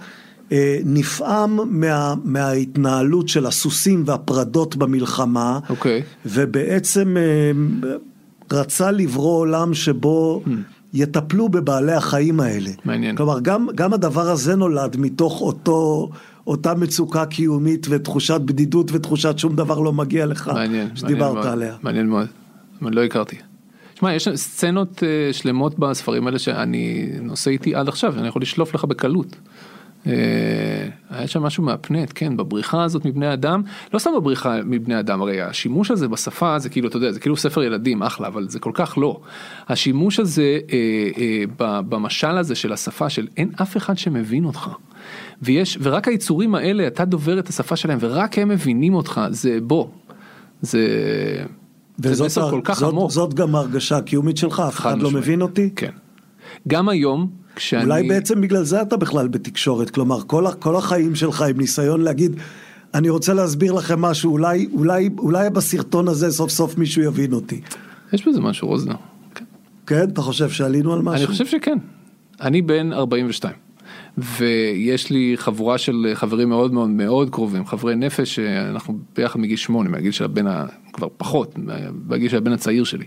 נפעם מה, מההתנהלות של הסוסים והפרדות במלחמה, אוקיי. ובעצם רצה לברוא עולם שבו hmm. יטפלו בבעלי החיים האלה. מעניין. כלומר, גם, גם הדבר הזה נולד מתוך אותו, אותה מצוקה קיומית ותחושת בדידות ותחושת שום דבר לא מגיע לך. מעניין. שדיברת מעניין עליה. מאוד, מעניין מאוד. לא הכרתי. תשמע, יש סצנות שלמות בספרים האלה שאני נושא איתי עד עכשיו, אני יכול לשלוף לך בקלות. היה שם משהו מהפנט, כן, בבריחה הזאת מבני אדם, לא סתם בבריחה מבני אדם, הרי השימוש הזה בשפה, זה כאילו, אתה יודע, זה כאילו ספר ילדים, אחלה, אבל זה כל כך לא. השימוש הזה, במשל הזה של השפה, של אין אף אחד שמבין אותך. ויש, ורק היצורים האלה, אתה דובר את השפה שלהם, ורק הם מבינים אותך, זה בוא. זה... וזאת מסר כל כך עמוק. זאת גם הרגשה הקיומית שלך, אף אחד לא מבין אותי? כן. גם היום, כשאני... אולי בעצם בגלל זה אתה בכלל בתקשורת, כלומר, כל, כל החיים שלך עם ניסיון להגיד, אני רוצה להסביר לכם משהו, אולי, אולי, אולי בסרטון הזה סוף סוף מישהו יבין אותי. יש בזה משהו, רוזנר. כן. כן, אתה חושב שעלינו על משהו? אני חושב שכן. אני בן ארבעים ושתיים. ויש לי חבורה של חברים מאוד מאוד מאוד קרובים, חברי נפש, שאנחנו ביחד מגיל שמונה, מהגיל של הבן, כבר פחות, בגיל של הבן הצעיר שלי.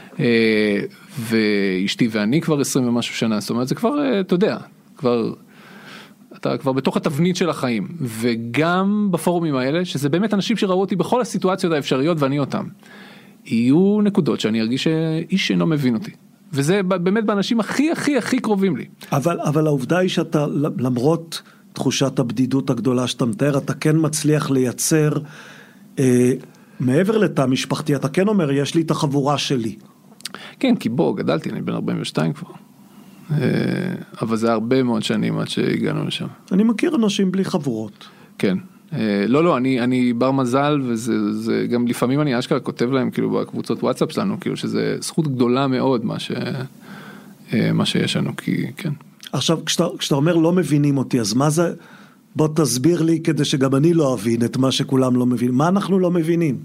ואשתי ואני כבר עשרים ומשהו שנה, זאת אומרת, זה כבר, אתה יודע, כבר, אתה כבר בתוך התבנית של החיים, וגם בפורומים האלה, שזה באמת אנשים שראו אותי בכל הסיטואציות האפשריות ואני אותם, יהיו נקודות שאני ארגיש שאיש אינו מבין אותי. וזה באמת באנשים הכי הכי הכי קרובים לי. אבל, אבל העובדה היא שאתה, למרות תחושת הבדידות הגדולה שאתה מתאר, אתה כן מצליח לייצר, אה, מעבר לתא משפחתי, אתה כן אומר, יש לי את החבורה שלי. כן, כי בוא, גדלתי, אני בן ארבעים ושתיים כבר. אה, אבל זה הרבה מאוד שנים עד שהגענו לשם. אני מכיר אנשים בלי חבורות. כן. לא, לא, אני, אני בר מזל, וזה, זה, גם לפעמים אני אשכרה כותב להם, כאילו, בקבוצות וואטסאפ שלנו, כאילו, שזה זכות גדולה מאוד, מה ש, מה שיש לנו, כי, כן. עכשיו, כשאתה, כשאתה אומר לא מבינים אותי, אז מה זה, בוא תסביר לי, כדי שגם אני לא אבין את מה שכולם לא מבינים. מה אנחנו לא מבינים?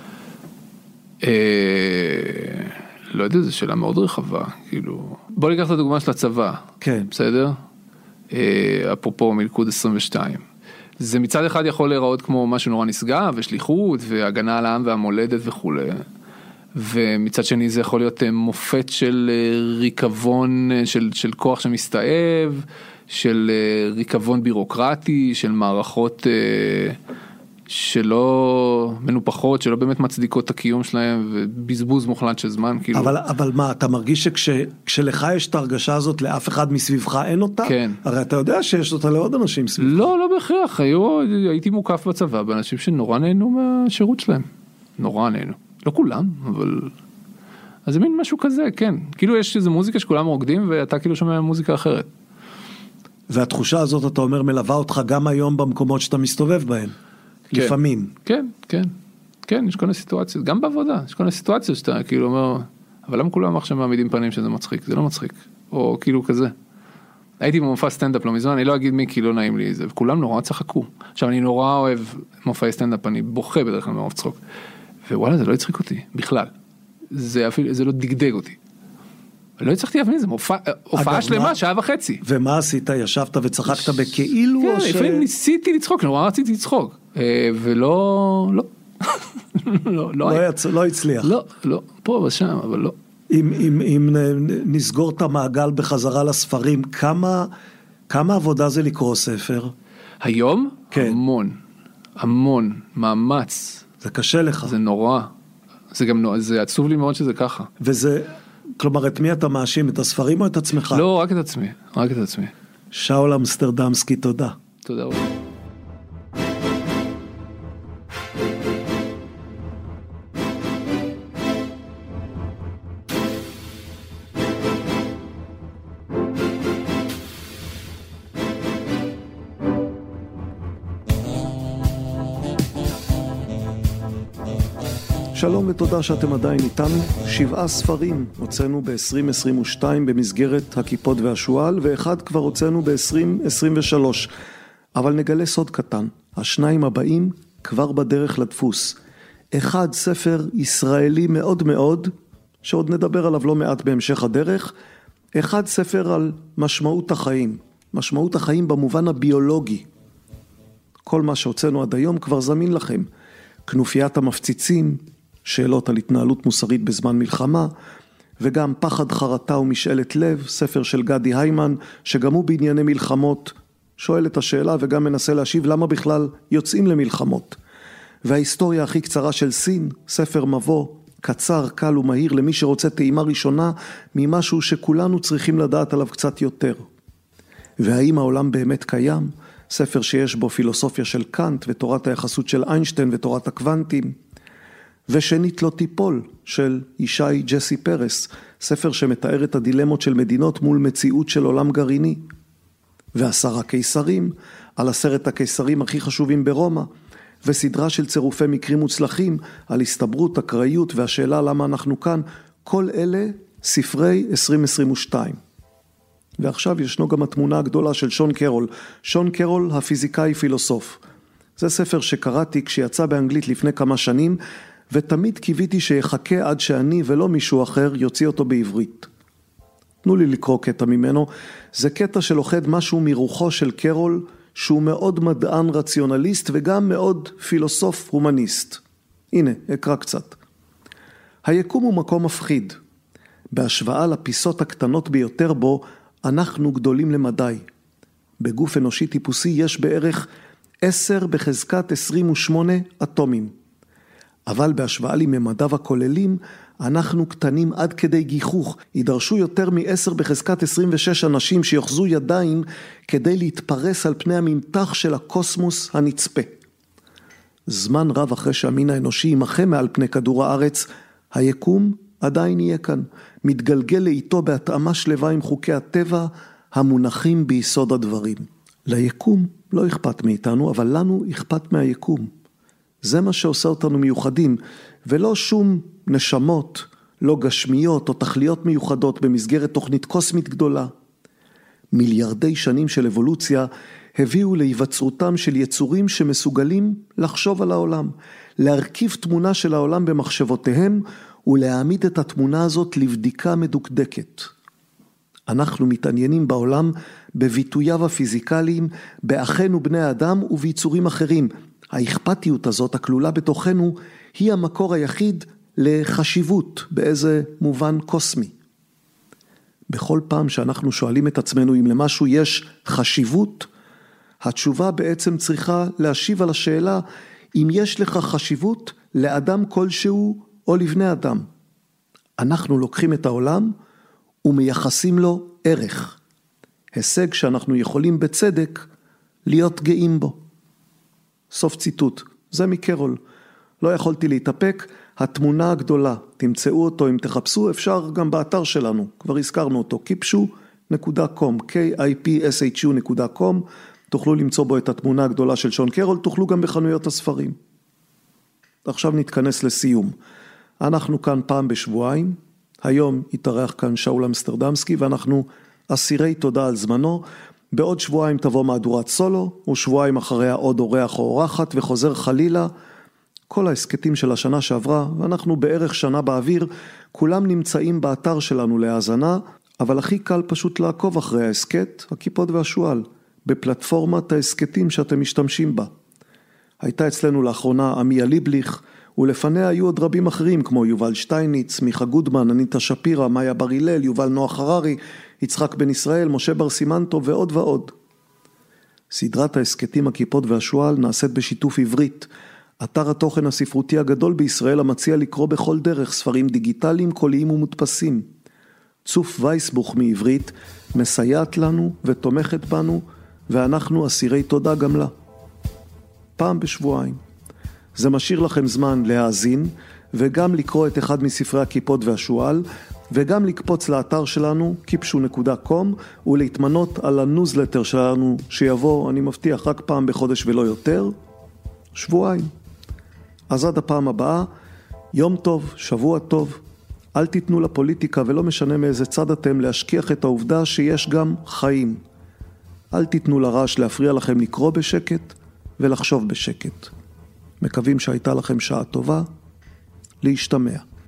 לא יודע, זו שאלה מאוד רחבה, כאילו, בוא ניקח את הדוגמה של הצבא. כן. בסדר? אפרופו מלכוד עשרים ושתיים. זה מצד אחד יכול להיראות כמו משהו נורא נשגב, ושליחות, והגנה על העם והמולדת וכו'. ומצד שני זה יכול להיות מופת של ריקבון, של, של כוח שמסתאב, של ריקבון בירוקרטי, של מערכות שלא מנופחות, שלא באמת מצדיקות את הקיום שלהם, ובזבוז מוחלט של זמן, כאילו. אבל, אבל מה, אתה מרגיש שכשלך יש את ההרגשה הזאת, לאף אחד מסביבך אין אותה? כן. הרי אתה יודע שיש אותה לעוד אנשים סביבך. לא, לא בהכרח, היו, הייתי מוקף בצבא, באנשים שנורא נהנו מהשירות שלהם. נורא נהנו. לא כולם, אבל... אז זה מין משהו כזה, כן. כאילו יש איזו מוזיקה שכולם רוקדים, ואתה כאילו שומע מוזיקה אחרת. והתחושה הזאת, אתה אומר, מלווה אותך גם היום במקומות שאתה מסתובב בהם. כן, לפעמים. כן, כן, כן, יש כל מיני סיטואציות, גם בעבודה, יש כל מיני סיטואציות שאתה כאילו אומר, אבל למה כולם עכשיו מעמידים פנים שזה מצחיק? זה לא מצחיק, או כאילו כזה. הייתי במופע סטנדאפ לא מזמן, אני לא אגיד מי כי לא נעים לי זה, וכולם נורא צחקו. עכשיו אני נורא אוהב מופעי סטנדאפ, אני בוכה בדרך כלל מרוב צחוק, ווואלה זה לא יצחיק אותי, בכלל. זה אפילו, זה לא דגדג אותי. לא הצלחתי להבין, זה הופעה שלמה, שעה וחצי. ומה עשית? ישבת וצחקת בכאילו? כן, לפעמים ניסיתי לצחוק, נורא רציתי לצחוק. ולא, לא. לא הצליח. לא, לא, פה ושם, אבל לא. אם נסגור את המעגל בחזרה לספרים, כמה עבודה זה לקרוא ספר? היום? כן. המון, המון, מאמץ. זה קשה לך. זה נורא. זה גם, זה עצוב לי מאוד שזה ככה. וזה... כלומר, את מי אתה מאשים? את הספרים או את עצמך? לא, רק את עצמי, רק את עצמי. שאול אמסטרדמסקי, תודה. תודה רבה. שלום ותודה שאתם עדיין איתנו. שבעה ספרים הוצאנו ב-עשרים עשרים ושתיים במסגרת הכיפות והשואל, ואחד כבר הוצאנו ב-עשרים עשרים ושלוש. אבל נגלה סוד קטן, השניים הבאים כבר בדרך לדפוס. אחד ספר ישראלי מאוד מאוד, שעוד נדבר עליו לא מעט בהמשך הדרך, אחד ספר על משמעות החיים, משמעות החיים במובן הביולוגי. כל מה שהוצאנו עד היום כבר זמין לכם. כנופיית המפציצים, שאלות על התנהלות מוסרית בזמן מלחמה, וגם פחד חרטה ומשאלת לב, ספר של גדי היימן, שגם הוא בענייני מלחמות, שואל את השאלה וגם מנסה להשיב למה בכלל יוצאים למלחמות. וההיסטוריה הכי קצרה של סין, ספר מבוא, קצר, קל ומהיר למי שרוצה טעימה ראשונה ממשהו שכולנו צריכים לדעת עליו קצת יותר. והאם העולם באמת קיים? ספר שיש בו פילוסופיה של קאנט ותורת היחסות של איינשטיין ותורת הקוונטים. ושנית לא תיפול של ישי ג'סי פרס, ספר שמתאר את הדילמות של מדינות מול מציאות של עולם גרעיני. ועשר הקיסרים, על עשרת הקיסרים הכי חשובים ברומא, וסדרה של צירופי מקרים מוצלחים על הסתברות, אקראיות והשאלה למה אנחנו כאן, כל אלה ספרי עשרים עשרים ושתיים. ועכשיו ישנו גם התמונה הגדולה של שון קרול, שון קרול הפיזיקאי פילוסוף. זה ספר שקראתי כשיצא באנגלית לפני כמה שנים, ותמיד קיוויתי שיחכה עד שאני ולא מישהו אחר יוציא אותו בעברית. תנו לי לקרוא קטע ממנו, זה קטע שלוחד משהו מרוחו של קרול, שהוא מאוד מדען רציונליסט וגם מאוד פילוסוף הומניסט. הנה, אקרא קצת. היקום הוא מקום מפחיד. בהשוואה לפיסות הקטנות ביותר בו, אנחנו גדולים למדי. בגוף אנושי טיפוסי יש בערך עשר בחזקת עשרים ושמונה אטומים. אבל בהשוואה לממדיו הכוללים, אנחנו קטנים עד כדי גיחוך, יידרשו יותר מ-עשר בחזקת עשרים ושש אנשים שיוחזו ידיים כדי להתפרס על פני הממתח של הקוסמוס הנצפה. זמן רב אחרי שהמין האנושי ימחה מעל פני כדור הארץ, היקום עדיין יהיה כאן, מתגלגל לאיתו בהתאמה שלווה עם חוקי הטבע המונחים ביסוד הדברים. ליקום לא אכפת מאיתנו, אבל לנו אכפת מהיקום. זה מה שעושה אותנו מיוחדים, ולא שום נשמות, לא גשמיות או תכליות מיוחדות במסגרת תוכנית קוסמית גדולה. מיליארדי שנים של אבולוציה הביאו להיווצרותם של יצורים שמסוגלים לחשוב על העולם, להרכיב תמונה של העולם במחשבותיהם ולהעמיד את התמונה הזאת לבדיקה מדוקדקת. אנחנו מתעניינים בעולם בביטוייו הפיזיקליים, באחינו בני האדם וביצורים אחרים. האכפתיות הזאת הכלולה בתוכנו היא המקור היחיד לחשיבות באיזה מובן קוסמי. בכל פעם שאנחנו שואלים את עצמנו אם למשהו יש חשיבות, התשובה בעצם צריכה להשיב על השאלה אם יש לך חשיבות לאדם כלשהו או לבני אדם. אנחנו לוקחים את העולם ומייחסים לו ערך. הישג שאנחנו יכולים בצדק להיות גאים בו. סוף ציטוט. זה מקרול. לא יכולתי להתאפק. התמונה הגדולה, תמצאו אותו אם תחפשו, אפשר גם באתר שלנו, כבר הזכרנו אותו, קיפשו נקודה קום, קיי איי פי אס אייץ' יו נקודה קום, תוכלו למצוא בו את התמונה הגדולה של שון קרול, תוכלו גם בחנויות הספרים. עכשיו נתכנס לסיום. אנחנו כאן פעם בשבועיים, היום יתארח כאן שאול אמסטרדמסקי, ואנחנו אסירי תודה על זמנו, בעוד שבועיים תבוא מהדורת סולו, ושבועיים אחריה עוד אורח או אורחת, וחוזר חלילה, כל העסקטים של השנה שעברה, ואנחנו בערך שנה באוויר, כולם נמצאים באתר שלנו להאזנה, אבל הכי קל פשוט לעקוב אחרי העסקט, הכיפות והשואל, בפלטפורמת העסקטים שאתם משתמשים בה. הייתה אצלנו לאחרונה עמיה ליבליך, ולפניה היו עוד רבים אחרים, כמו יובל שטייניץ, מיכה גודמן, אניטה שפירה, מאיה בר הלל, יובל נוח הררי, יצחק בן ישראל, משה בר סימנטו ועוד ועוד. סדרת העסקטים הכיפות והשואל נעשית בשיתוף עברית, אתר התוכן הספרותי הגדול בישראל המציע לקרוא בכל דרך ספרים דיגיטליים, קוליים ומודפסים. צוף וייסבוך מעברית מסייעת לנו ותומכת בנו, ואנחנו אסירי תודה גם לה. פעם בשבועיים. זה משאיר לכם זמן להאזין, וגם לקרוא את אחד מספרי הכיפות והשואל, וגם לקפוץ לאתר שלנו, קיפשו נקודה קום, ולהתמנות על הניוזלטר שלנו, שיבוא, אני מבטיח, רק פעם בחודש ולא יותר, שבועיים. אז עד הפעם הבאה, יום טוב, שבוע טוב, אל תיתנו לפוליטיקה ולא משנה מאיזה צד אתם להשכיח את העובדה שיש גם חיים. אל תיתנו לרעש להפריע לכם לקרוא בשקט ולחשוב בשקט. מקווים שהייתה לכם שעה טובה, להשתמע.